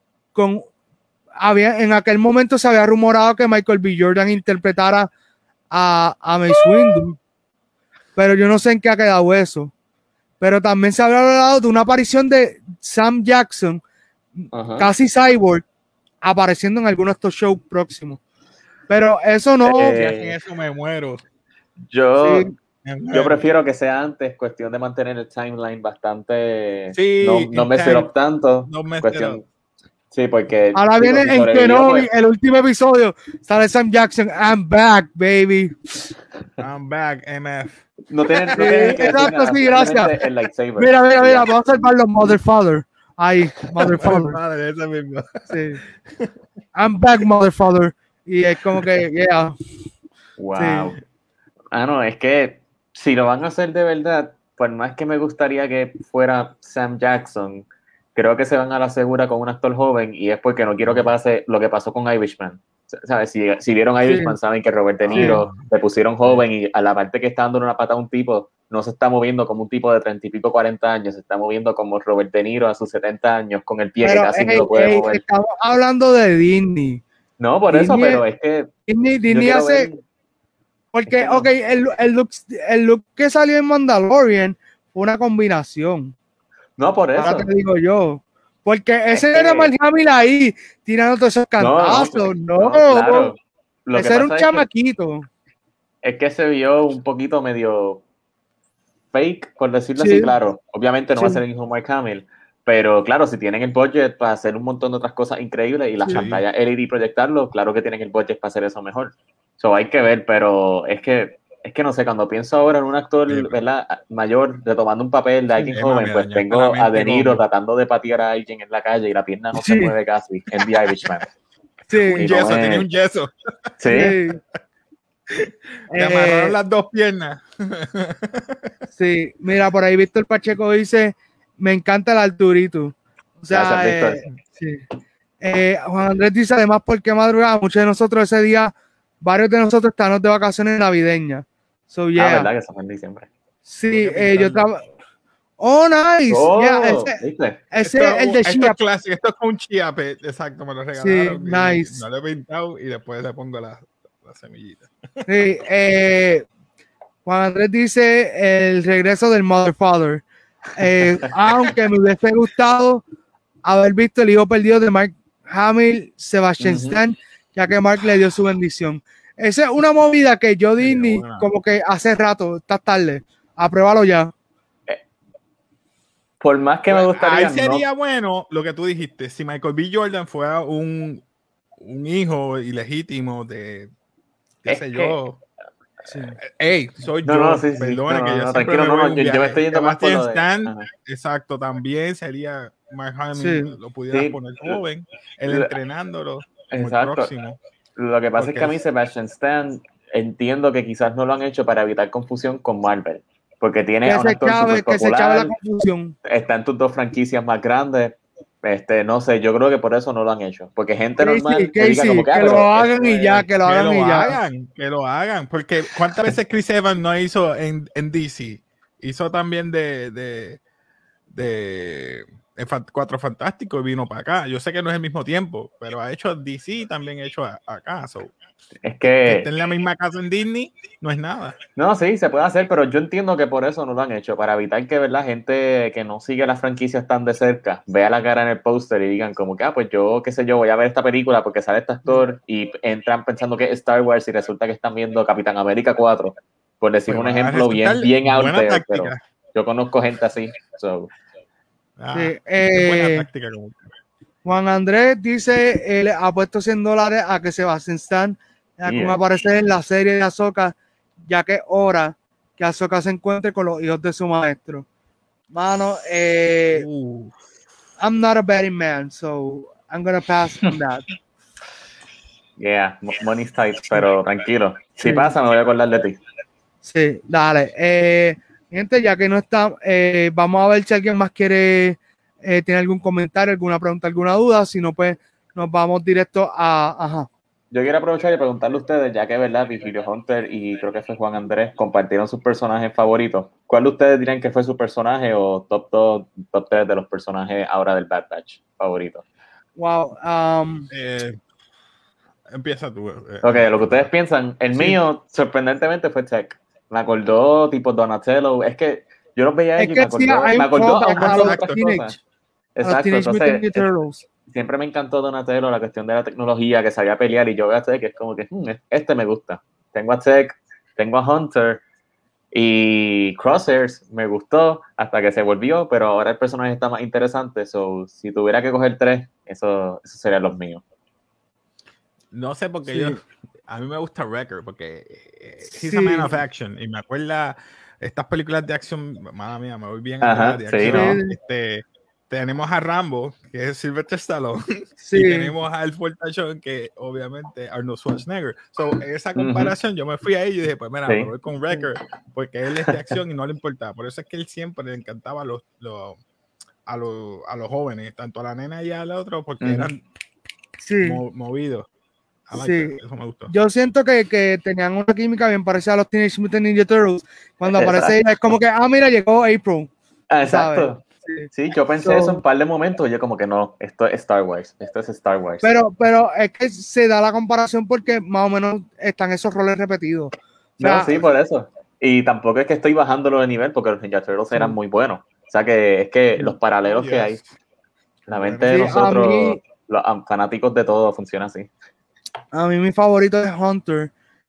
en aquel momento se había rumorado que Michael B. Jordan interpretara a Mace Windu, pero yo no sé en qué ha quedado eso. Pero también se había hablado de una aparición de Sam Jackson, casi cyborg, apareciendo en algunos de estos shows próximos. Pero eso no. En eso me muero. Yo prefiero que sea antes, cuestión de mantener el timeline bastante. Sí, no me set up tanto. No me sí, porque. Ahora viene en Kenobi, el último episodio. Sale Sam Jackson. I'm back, baby. I'm back, MF. No tienen exacto, sí, gracias. El lightsaber. Mira, vamos a salvar los Mother Father. Ahí, Mother Father. Esa misma. Sí. I'm back, Mother Father. Y es como que, yeah. Wow. Sí. No, es que si lo van a hacer de verdad, pues más que me gustaría que fuera Sam Jackson, creo que se van a la segura con un actor joven y es porque no quiero que pase lo que pasó con Irishman. ¿Sabes? Si vieron Irishman, saben que Robert De Niro le pusieron joven y a la parte que está dando una pata a un tipo, no se está moviendo como un tipo de 30 y pico, 40 años, se está moviendo como Robert De Niro a sus 70 años con el pie que casi no lo puede mover. Estamos hablando de Disney. No, por Disney, eso, pero es que Disney hace... Porque, es que no. El look que salió en Mandalorian fue una combinación. No, por eso. Ahora te digo yo. Porque ese era Mark Hamill ahí, tirando todos esos cantazos. No, claro. Ese era un chamaquito. Es que se vio un poquito medio fake, por decirlo así, claro. Obviamente no va a ser el mismo Mark Hamill, pero claro, si tienen el budget para hacer un montón de otras cosas increíbles y las pantallas LED proyectarlo, claro que tienen el budget para hacer eso mejor. So, hay que ver, pero es que no sé, cuando pienso ahora en un actor, ¿verdad?, mayor retomando un papel de alguien joven, pues tengo a De Niro tratando de patear a alguien en la calle y la pierna no se mueve casi en The Irishman. Un yeso, tenía un yeso. Sí. Le amarraron las dos piernas. Sí, mira, por ahí Víctor Pacheco dice, me encanta el Arturito. O sea, Juan Andrés dice, además, porque madrugada, muchos de nosotros ese día, varios de nosotros estamos de vacaciones navideñas. So, yeah. ¿Verdad que eso fue en diciembre? Sí, yo trabajo. Oh, nice. Ese el de Chia. Esto es con un chiape. Exacto, me lo regalaron. Sí, nice. No lo he pintado y después le pongo la semillita. Sí, Juan Andrés dice el regreso del Mother Father. Aunque me hubiese gustado haber visto el hijo perdido de Mark Hamill, Sebastian Stan, ya que Mark le dio su bendición. Esa es una movida que yo Disney como que hace rato, está tarde. Apruébalo ya. Por más que me gustaría. Ahí sería bueno lo que tú dijiste. Si Michael B. Jordan fuera un hijo ilegítimo de qué sé yo. Sí. Ey, soy yo. Perdone que yo siempre yo me estoy yendo más por lo Stan, exacto, también sería Mark Hamill, lo pudieras poner joven, él entrenándolo como el próximo. Lo que pasa es que a mí Sebastian Stan entiendo que quizás no lo han hecho para evitar confusión con Marvel, porque tiene a un actor súper popular, está en tus dos franquicias más grandes. No sé, yo creo que por eso no lo han hecho, porque gente normal que diga como que lo hagan y ya, que lo hagan, porque ¿cuántas veces Chris Evans no hizo en DC? Hizo también de Cuatro Fantásticos y vino para acá. Yo sé que no es el mismo tiempo, pero ha hecho DC y también ha hecho acá. Es que esté en la misma casa en Disney no es nada. No, sí, se puede hacer, pero yo entiendo que por eso no lo han hecho, para evitar que la gente que no sigue las franquicias tan de cerca vea la cara en el póster y digan como que, pues yo, qué sé yo, voy a ver esta película porque sale este actor y entran pensando que es Star Wars y resulta que están viendo Capitán América 4, por decir un ejemplo bien out there, pero yo conozco gente así. Buena táctica. Juan Andrés dice, él ha puesto $100 a que Sebastian Stan como aparece en la serie de Ahsoka, ya que es hora que Ahsoka se encuentre con los hijos de su maestro. Mano, I'm not a betting man, so I'm gonna pass on that. Yeah, money's tight, pero tranquilo. Si pasa, me voy a acordar de ti. Sí, dale. Gente, ya que no está, vamos a ver si alguien más quiere, tiene algún comentario, alguna pregunta, alguna duda. Si no, pues nos vamos directo a... Yo quiero aprovechar y preguntarle a ustedes, ya que verdad, Virgilio Hunter y creo que fue Juan Andrés compartieron sus personajes favoritos. ¿Cuál de ustedes dirían que fue su personaje o top 2, top 3 de los personajes ahora del Bad Batch favorito? Wow. Empieza tú. Ok, lo que ustedes piensan, el mío sorprendentemente fue Tech. Me acordó tipo Donatello. Es que yo los veía a ellos y me acordó a un montón de cosas. Exacto, entonces siempre me encantó Donatello, la cuestión de la tecnología, que sabía pelear, y yo veo a Tech que es como que, este me gusta. Tengo a Tech, tengo a Hunter, y Crosshairs me gustó hasta que se volvió, pero ahora el personaje está más interesante, so, si tuviera que coger 3, eso serían los míos. No sé, porque a mí me gusta Wrecker, porque he's a man of action, y me acuerda estas películas de acción, madre mía, me voy bien a de acción. Tenemos a Rambo, que es Sylvester Stallone, y tenemos a El Fortachón, que obviamente Arnold Schwarzenegger. So, esa comparación, yo me fui ahí y dije, pues mira, me voy con Wrecker, porque él es de acción y no le importaba. Por eso es que él siempre le encantaba a los jóvenes, tanto a la nena y al otro, porque eran movidos. Sí. Eso me gustó. Yo siento que tenían una química bien parecida a los Teenage Mutant Ninja Turtles. Cuando aparece ella es como que, mira, llegó April. Exacto. Sí, yo pensé eso en un par de momentos. Yo como que no, esto es Star Wars. Esto es Star Wars. Pero es que se da la comparación porque más o menos están esos roles repetidos. O sea, no, sí, por eso. Y tampoco es que estoy bajándolo de nivel porque los Ninja Turtles eran muy buenos. O sea que es que los paralelos que hay, la mente de nosotros, los fanáticos de todo, funciona así. A mí mi favorito es Hunter.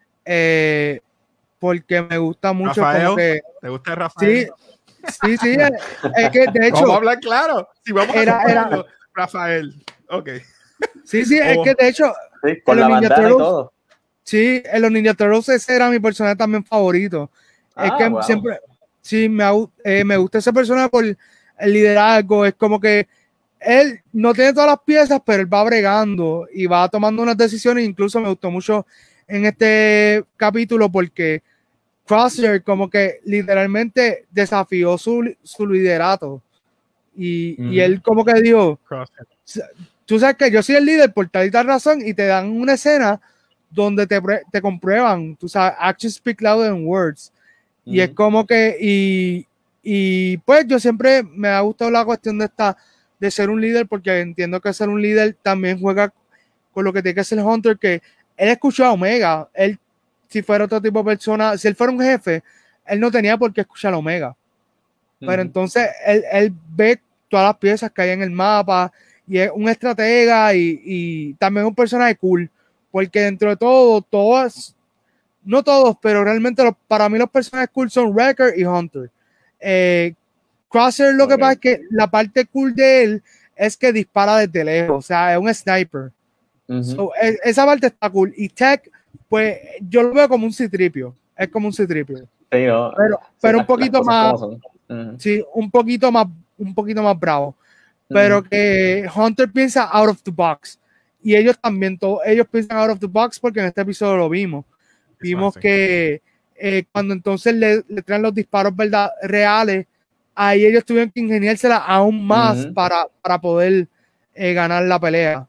Porque me gusta mucho. Rafael, como que, ¿te gusta Rafael? Sí, es que de hecho. Vamos a hablar claro. Si vamos a Rafael. Ok. Sí, es que de hecho. Sí, con la bandana y todo. Sí, en los Ninja Turtles ese era mi personaje también favorito. Es que siempre. Sí, me gusta ese personaje por el liderazgo. Es como que él no tiene todas las piezas, pero él va bregando y va tomando unas decisiones. Incluso me gustó mucho en este capítulo porque Crosshair como que literalmente desafió su liderato y él como que dijo, tú sabes que yo soy el líder por tal y tal razón, y te dan una escena donde te comprueban, tú sabes, actions speak louder than words, y es como que y pues yo siempre me ha gustado la cuestión de ser un líder, porque entiendo que ser un líder también juega con lo que tiene que ser Hunter, que él escuchó a Omega. Él, si fuera otro tipo de persona, si él fuera un jefe, él no tenía por qué escuchar a Omega. Pero entonces él ve todas las piezas que hay en el mapa y es un estratega y también un personaje cool, porque dentro de todo, no todos, pero realmente para mí los personajes cool son Wrecker y Hunter. Crosshair, lo que pasa es que la parte cool de él es que dispara desde lejos, o sea, es un sniper. So, esa parte está cool. Y Tech, pues yo lo veo como un citripio. Es como un citripio. Sí, no. Pero un poquito más. Sí, un poquito más bravo. Pero que Hunter piensa out of the box. Y ellos también, ellos piensan out of the box, porque en este episodio lo vimos. Vimos que cuando entonces le traen los disparos reales, ahí ellos tuvieron que ingeniársela aún más para poder ganar la pelea.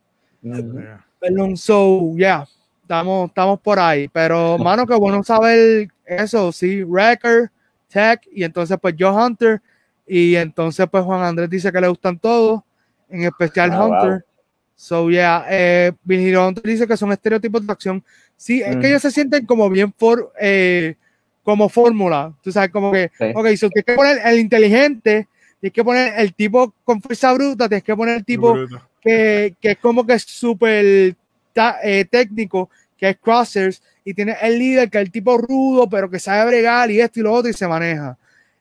So, estamos por ahí. Pero, mano, qué bueno saber eso, sí, Wrecker, Tech, y entonces pues yo Hunter, y entonces pues Juan Andrés dice que le gustan todos, en especial Hunter. Wow. So, Vinny Hunter dice que son estereotipos de acción. Sí, es que ellos se sienten como bien como fórmula. Tú sabes, como que, ok, so tienes que poner el inteligente, tienes que poner el tipo con fuerza bruta, tienes que poner el tipo que es como que es súper técnico, que es Crossers, y tiene el líder que es el tipo rudo, pero que sabe bregar y esto y lo otro y se maneja.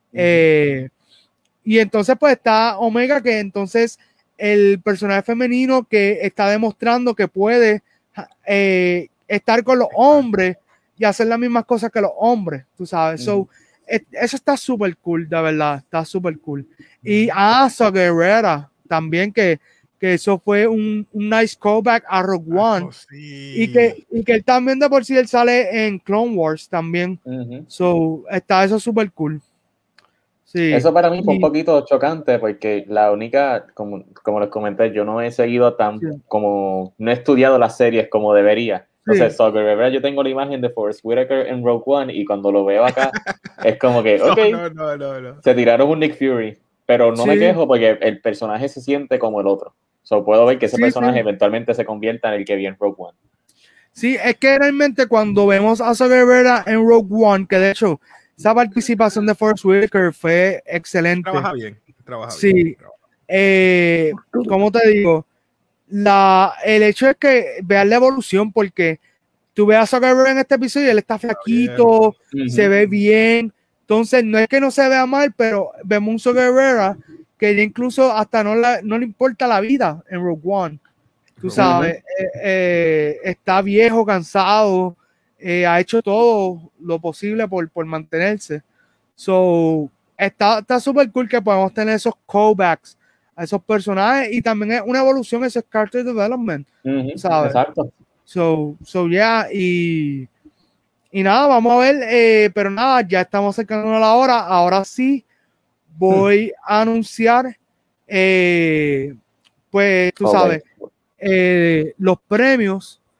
Y entonces pues está Omega, que entonces el personaje femenino que está demostrando que puede estar con los hombres y hacer las mismas cosas que los hombres, tú sabes. So, eso está súper cool, de verdad, está súper cool. Y Asa Guerrera también, que eso fue un nice callback a Rogue One. Y que él también de por sí él sale en Clone Wars también. So, está eso súper cool. Sí. Eso para mí fue un poquito chocante, porque la única, como les comenté, yo no he seguido como no he estudiado las series como debería. Entonces, yo tengo la imagen de Forrest Whitaker en Rogue One, y cuando lo veo acá es como que, no. Se tiraron un Nick Fury, pero no me quejo porque el personaje se siente como el otro. So, puedo ver que ese personaje eventualmente se convierta en el que vi en Rogue One. Sí, es que realmente cuando vemos a Asa Guerrera en Rogue One, que de hecho esa participación de Forrest Whitaker fue excelente. Trabaja bien. Sí. ¿Cómo te digo? El hecho es que veas la evolución, porque tú ves a Asa Guerrera en este episodio y él está flaquito, se ve bien. Entonces, no es que no se vea mal, pero vemos un Asa Guerrera que incluso hasta no le importa la vida en Rogue One. Tú sabes, está viejo, cansado, ha hecho todo lo posible por mantenerse. So, está súper cool que podamos tener esos callbacks a esos personajes, y también es una evolución, ese character development, ¿sabes? Exacto. So y nada, vamos a ver, pero nada, ya estamos acercándonos a la hora. Ahora sí voy a anunciar, pues tú sabes, los premios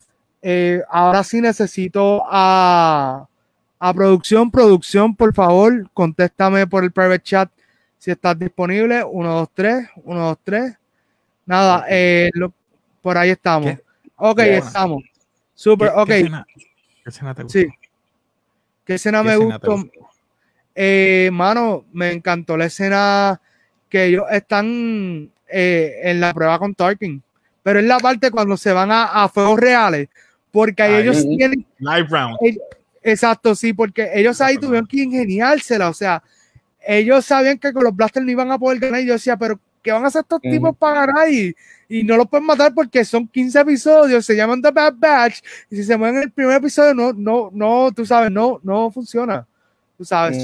ahora sí necesito a producción, por favor, contéstame por el private chat si estás disponible. 1, 2, 3, 1, 2, 3. Nada, por ahí estamos. ¿Qué? Ok, estamos. Super, ok. ¿Qué escena te gustó? Sí. ¿Qué escena me gustó? Mano, me encantó la escena que ellos están en la prueba con Tarkin. Pero es la parte cuando se van a fuegos reales. Porque ahí ellos tienen... Live round. Exacto, sí, porque ellos ahí tuvieron que ingeniársela. O sea, ellos sabían que con los blasters no iban a poder ganar. Y yo decía, pero ¿qué van a hacer estos tipos para ganar? Y no los pueden matar porque son 15 episodios, se llaman The Bad Batch. Y si se mueven en el primer episodio, no, tú sabes, no funciona. Tú sabes,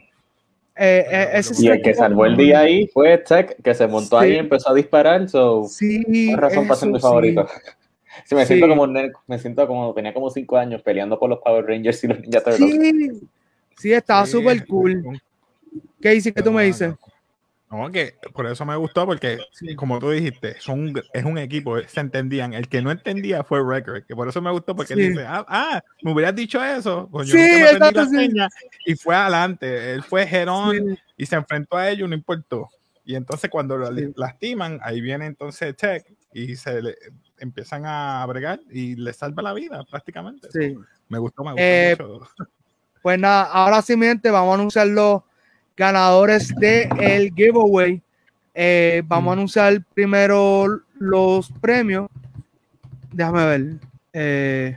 y el que salvó el día ahí fue Tech, que se montó ahí y empezó a disparar. Por razón para ser mi favorito. Sí, me siento como tenía como 5 años peleando por los Power Rangers y los Ninja Turtles. Sí, estaba súper cool. ¿Qué dices que tú me dices? No, que por eso me gustó, porque como tú dijiste, es un equipo, se entendían. El que no entendía fue Wrecker, que por eso me gustó, porque él dice, me hubieras dicho eso, pues yo nunca me aprendí la seña, y fue adelante, él fue head on y se enfrentó a ellos, no importó. Y entonces cuando lo lastiman, ahí viene entonces Tech y empiezan a bregar y le salva la vida prácticamente. Sí. Me gustó mucho. Pues nada, ahora simplemente vamos a anunciar los ganadores del giveaway. Vamos a anunciar primero los premios. Déjame ver.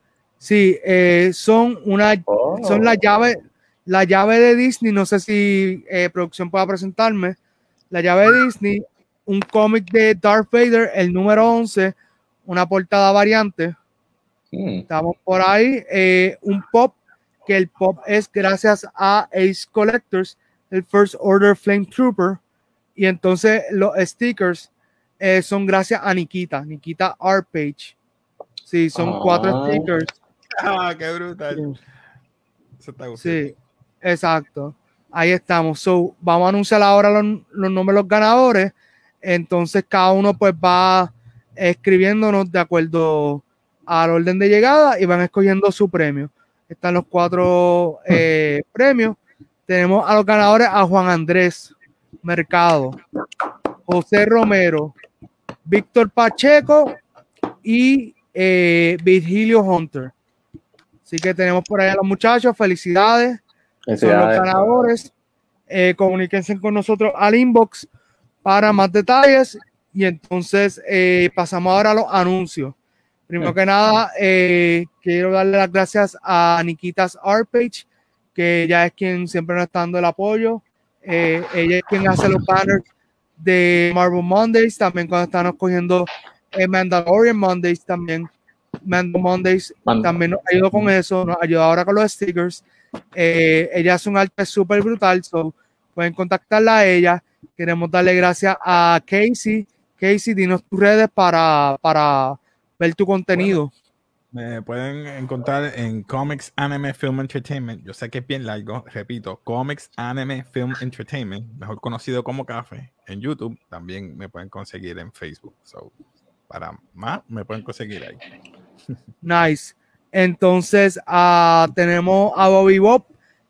Son la llave de Disney. No sé si producción pueda presentarme. La llave de Disney, un cómic de Darth Vader, el número 11, una portada variante. Estamos por ahí. Un pop, que el pop es gracias a Ace Collectors, el First Order Flame Trooper. Y entonces los stickers son gracias a Nikita Art Page. Sí, son 4 stickers. ¡Qué brutal! Eso está gustando. Sí, exacto. Ahí estamos. Vamos a anunciar ahora los nombres de los ganadores. Entonces cada uno pues va escribiéndonos de acuerdo al orden de llegada y van escogiendo su premio. Están los 4 premios. Tenemos a los ganadores a Juan Andrés Mercado, José Romero, Víctor Pacheco y Virgilio Hunter. Así que tenemos por ahí a los muchachos. Felicidades. Son los ganadores. Comuníquense con nosotros al inbox para más detalles. Y entonces pasamos ahora a los anuncios. Primero que nada, quiero darle las gracias a Nikita's Art Page, que ella es quien siempre nos está dando el apoyo. Ella es quien hace los banners de Marvel Mondays, también cuando están cogiendo Mandalorian Mondays, también Mando Mondays, también nos ayudó con eso, nos ayuda ahora con los stickers. Ella hace un arte súper brutal, pueden contactarla a ella. Queremos darle gracias a Casey. Casey, dinos tus redes para ver tu contenido. Me pueden encontrar en Comics Anime Film Entertainment. Yo sé que es bien largo, repito, Comics Anime Film Entertainment, mejor conocido como Café, en YouTube. También me pueden conseguir en Facebook. Para más, me pueden conseguir ahí. Nice. Entonces, tenemos a Bobby Bob,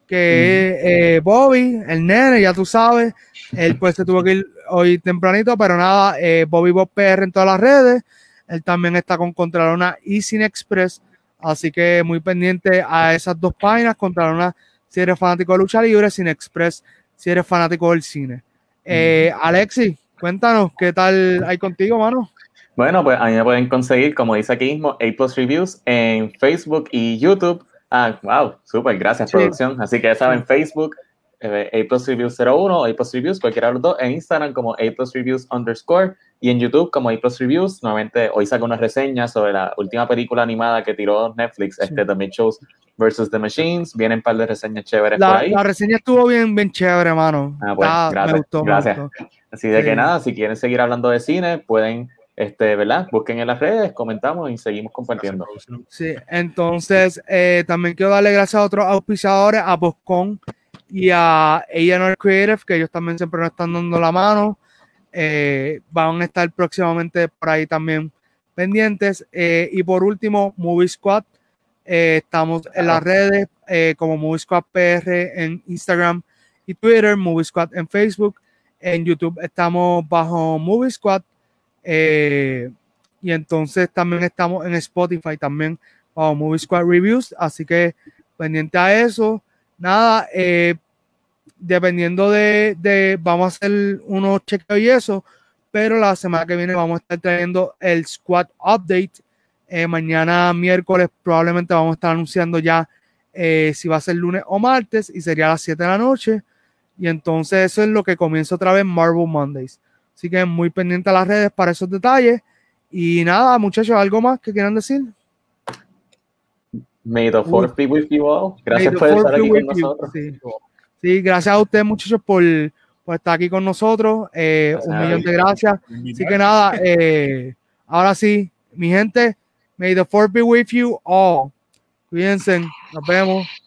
que Bobby, el nene, ya tú sabes, él pues se tuvo que ir hoy tempranito, pero nada, Bobby Bob PR en todas las redes. Él también está con Contralona y Cine Express, así que muy pendiente a esas 2 páginas. Contralona si eres fanático de lucha libre, Cine Express si eres fanático del cine. Alexis, cuéntanos, ¿qué tal hay contigo, mano? Bueno, pues a mí me pueden conseguir, como dice aquí mismo, A+ Reviews en Facebook y YouTube. Wow, súper, gracias, producción. Así que ya saben, Facebook, A+ Reviews 01, A+ Reviews, cualquiera de los dos, en Instagram como A+ Reviews _ y en YouTube como A+ Reviews. Nuevamente, hoy saco una reseña sobre la última película animada que tiró Netflix, The Mitchells vs. The Machines. Vienen un par de reseñas chéveres por ahí. La reseña estuvo bien chévere, mano. Pues, gracias. Así de que nada, si quieren seguir hablando de cine, pueden, ¿verdad? Busquen en las redes, comentamos y seguimos compartiendo. Sí, entonces también quiero darle gracias a otros auspiciadores, a Boscon y a A&R Creative, que ellos también siempre nos están dando la mano. Van a estar próximamente por ahí también pendientes. Y por último, Movie Squad. Estamos en las redes como Movie Squad PR en Instagram y Twitter, Movie Squad en Facebook. En YouTube estamos bajo Movie Squad. Y entonces también estamos en Spotify también bajo Movie Squad Reviews. Así que pendiente a eso. Nada, dependiendo vamos a hacer unos chequeos y eso, pero la semana que viene vamos a estar trayendo el Squad Update. Mañana miércoles probablemente vamos a estar anunciando ya si va a ser lunes o martes y sería a las 7 de la noche. Y entonces eso es lo que comienza otra vez Marvel Mondays. Así que muy pendiente a las redes para esos detalles. Y nada, muchachos, ¿algo más que quieran decir? May the fourth be with you all. Gracias por estar aquí con nosotros. Sí, gracias a ustedes, muchachos, por estar aquí con nosotros. Un millón de gracias. Así que nada, ahora sí, mi gente, may the fourth be with you all. Cuídense, nos vemos.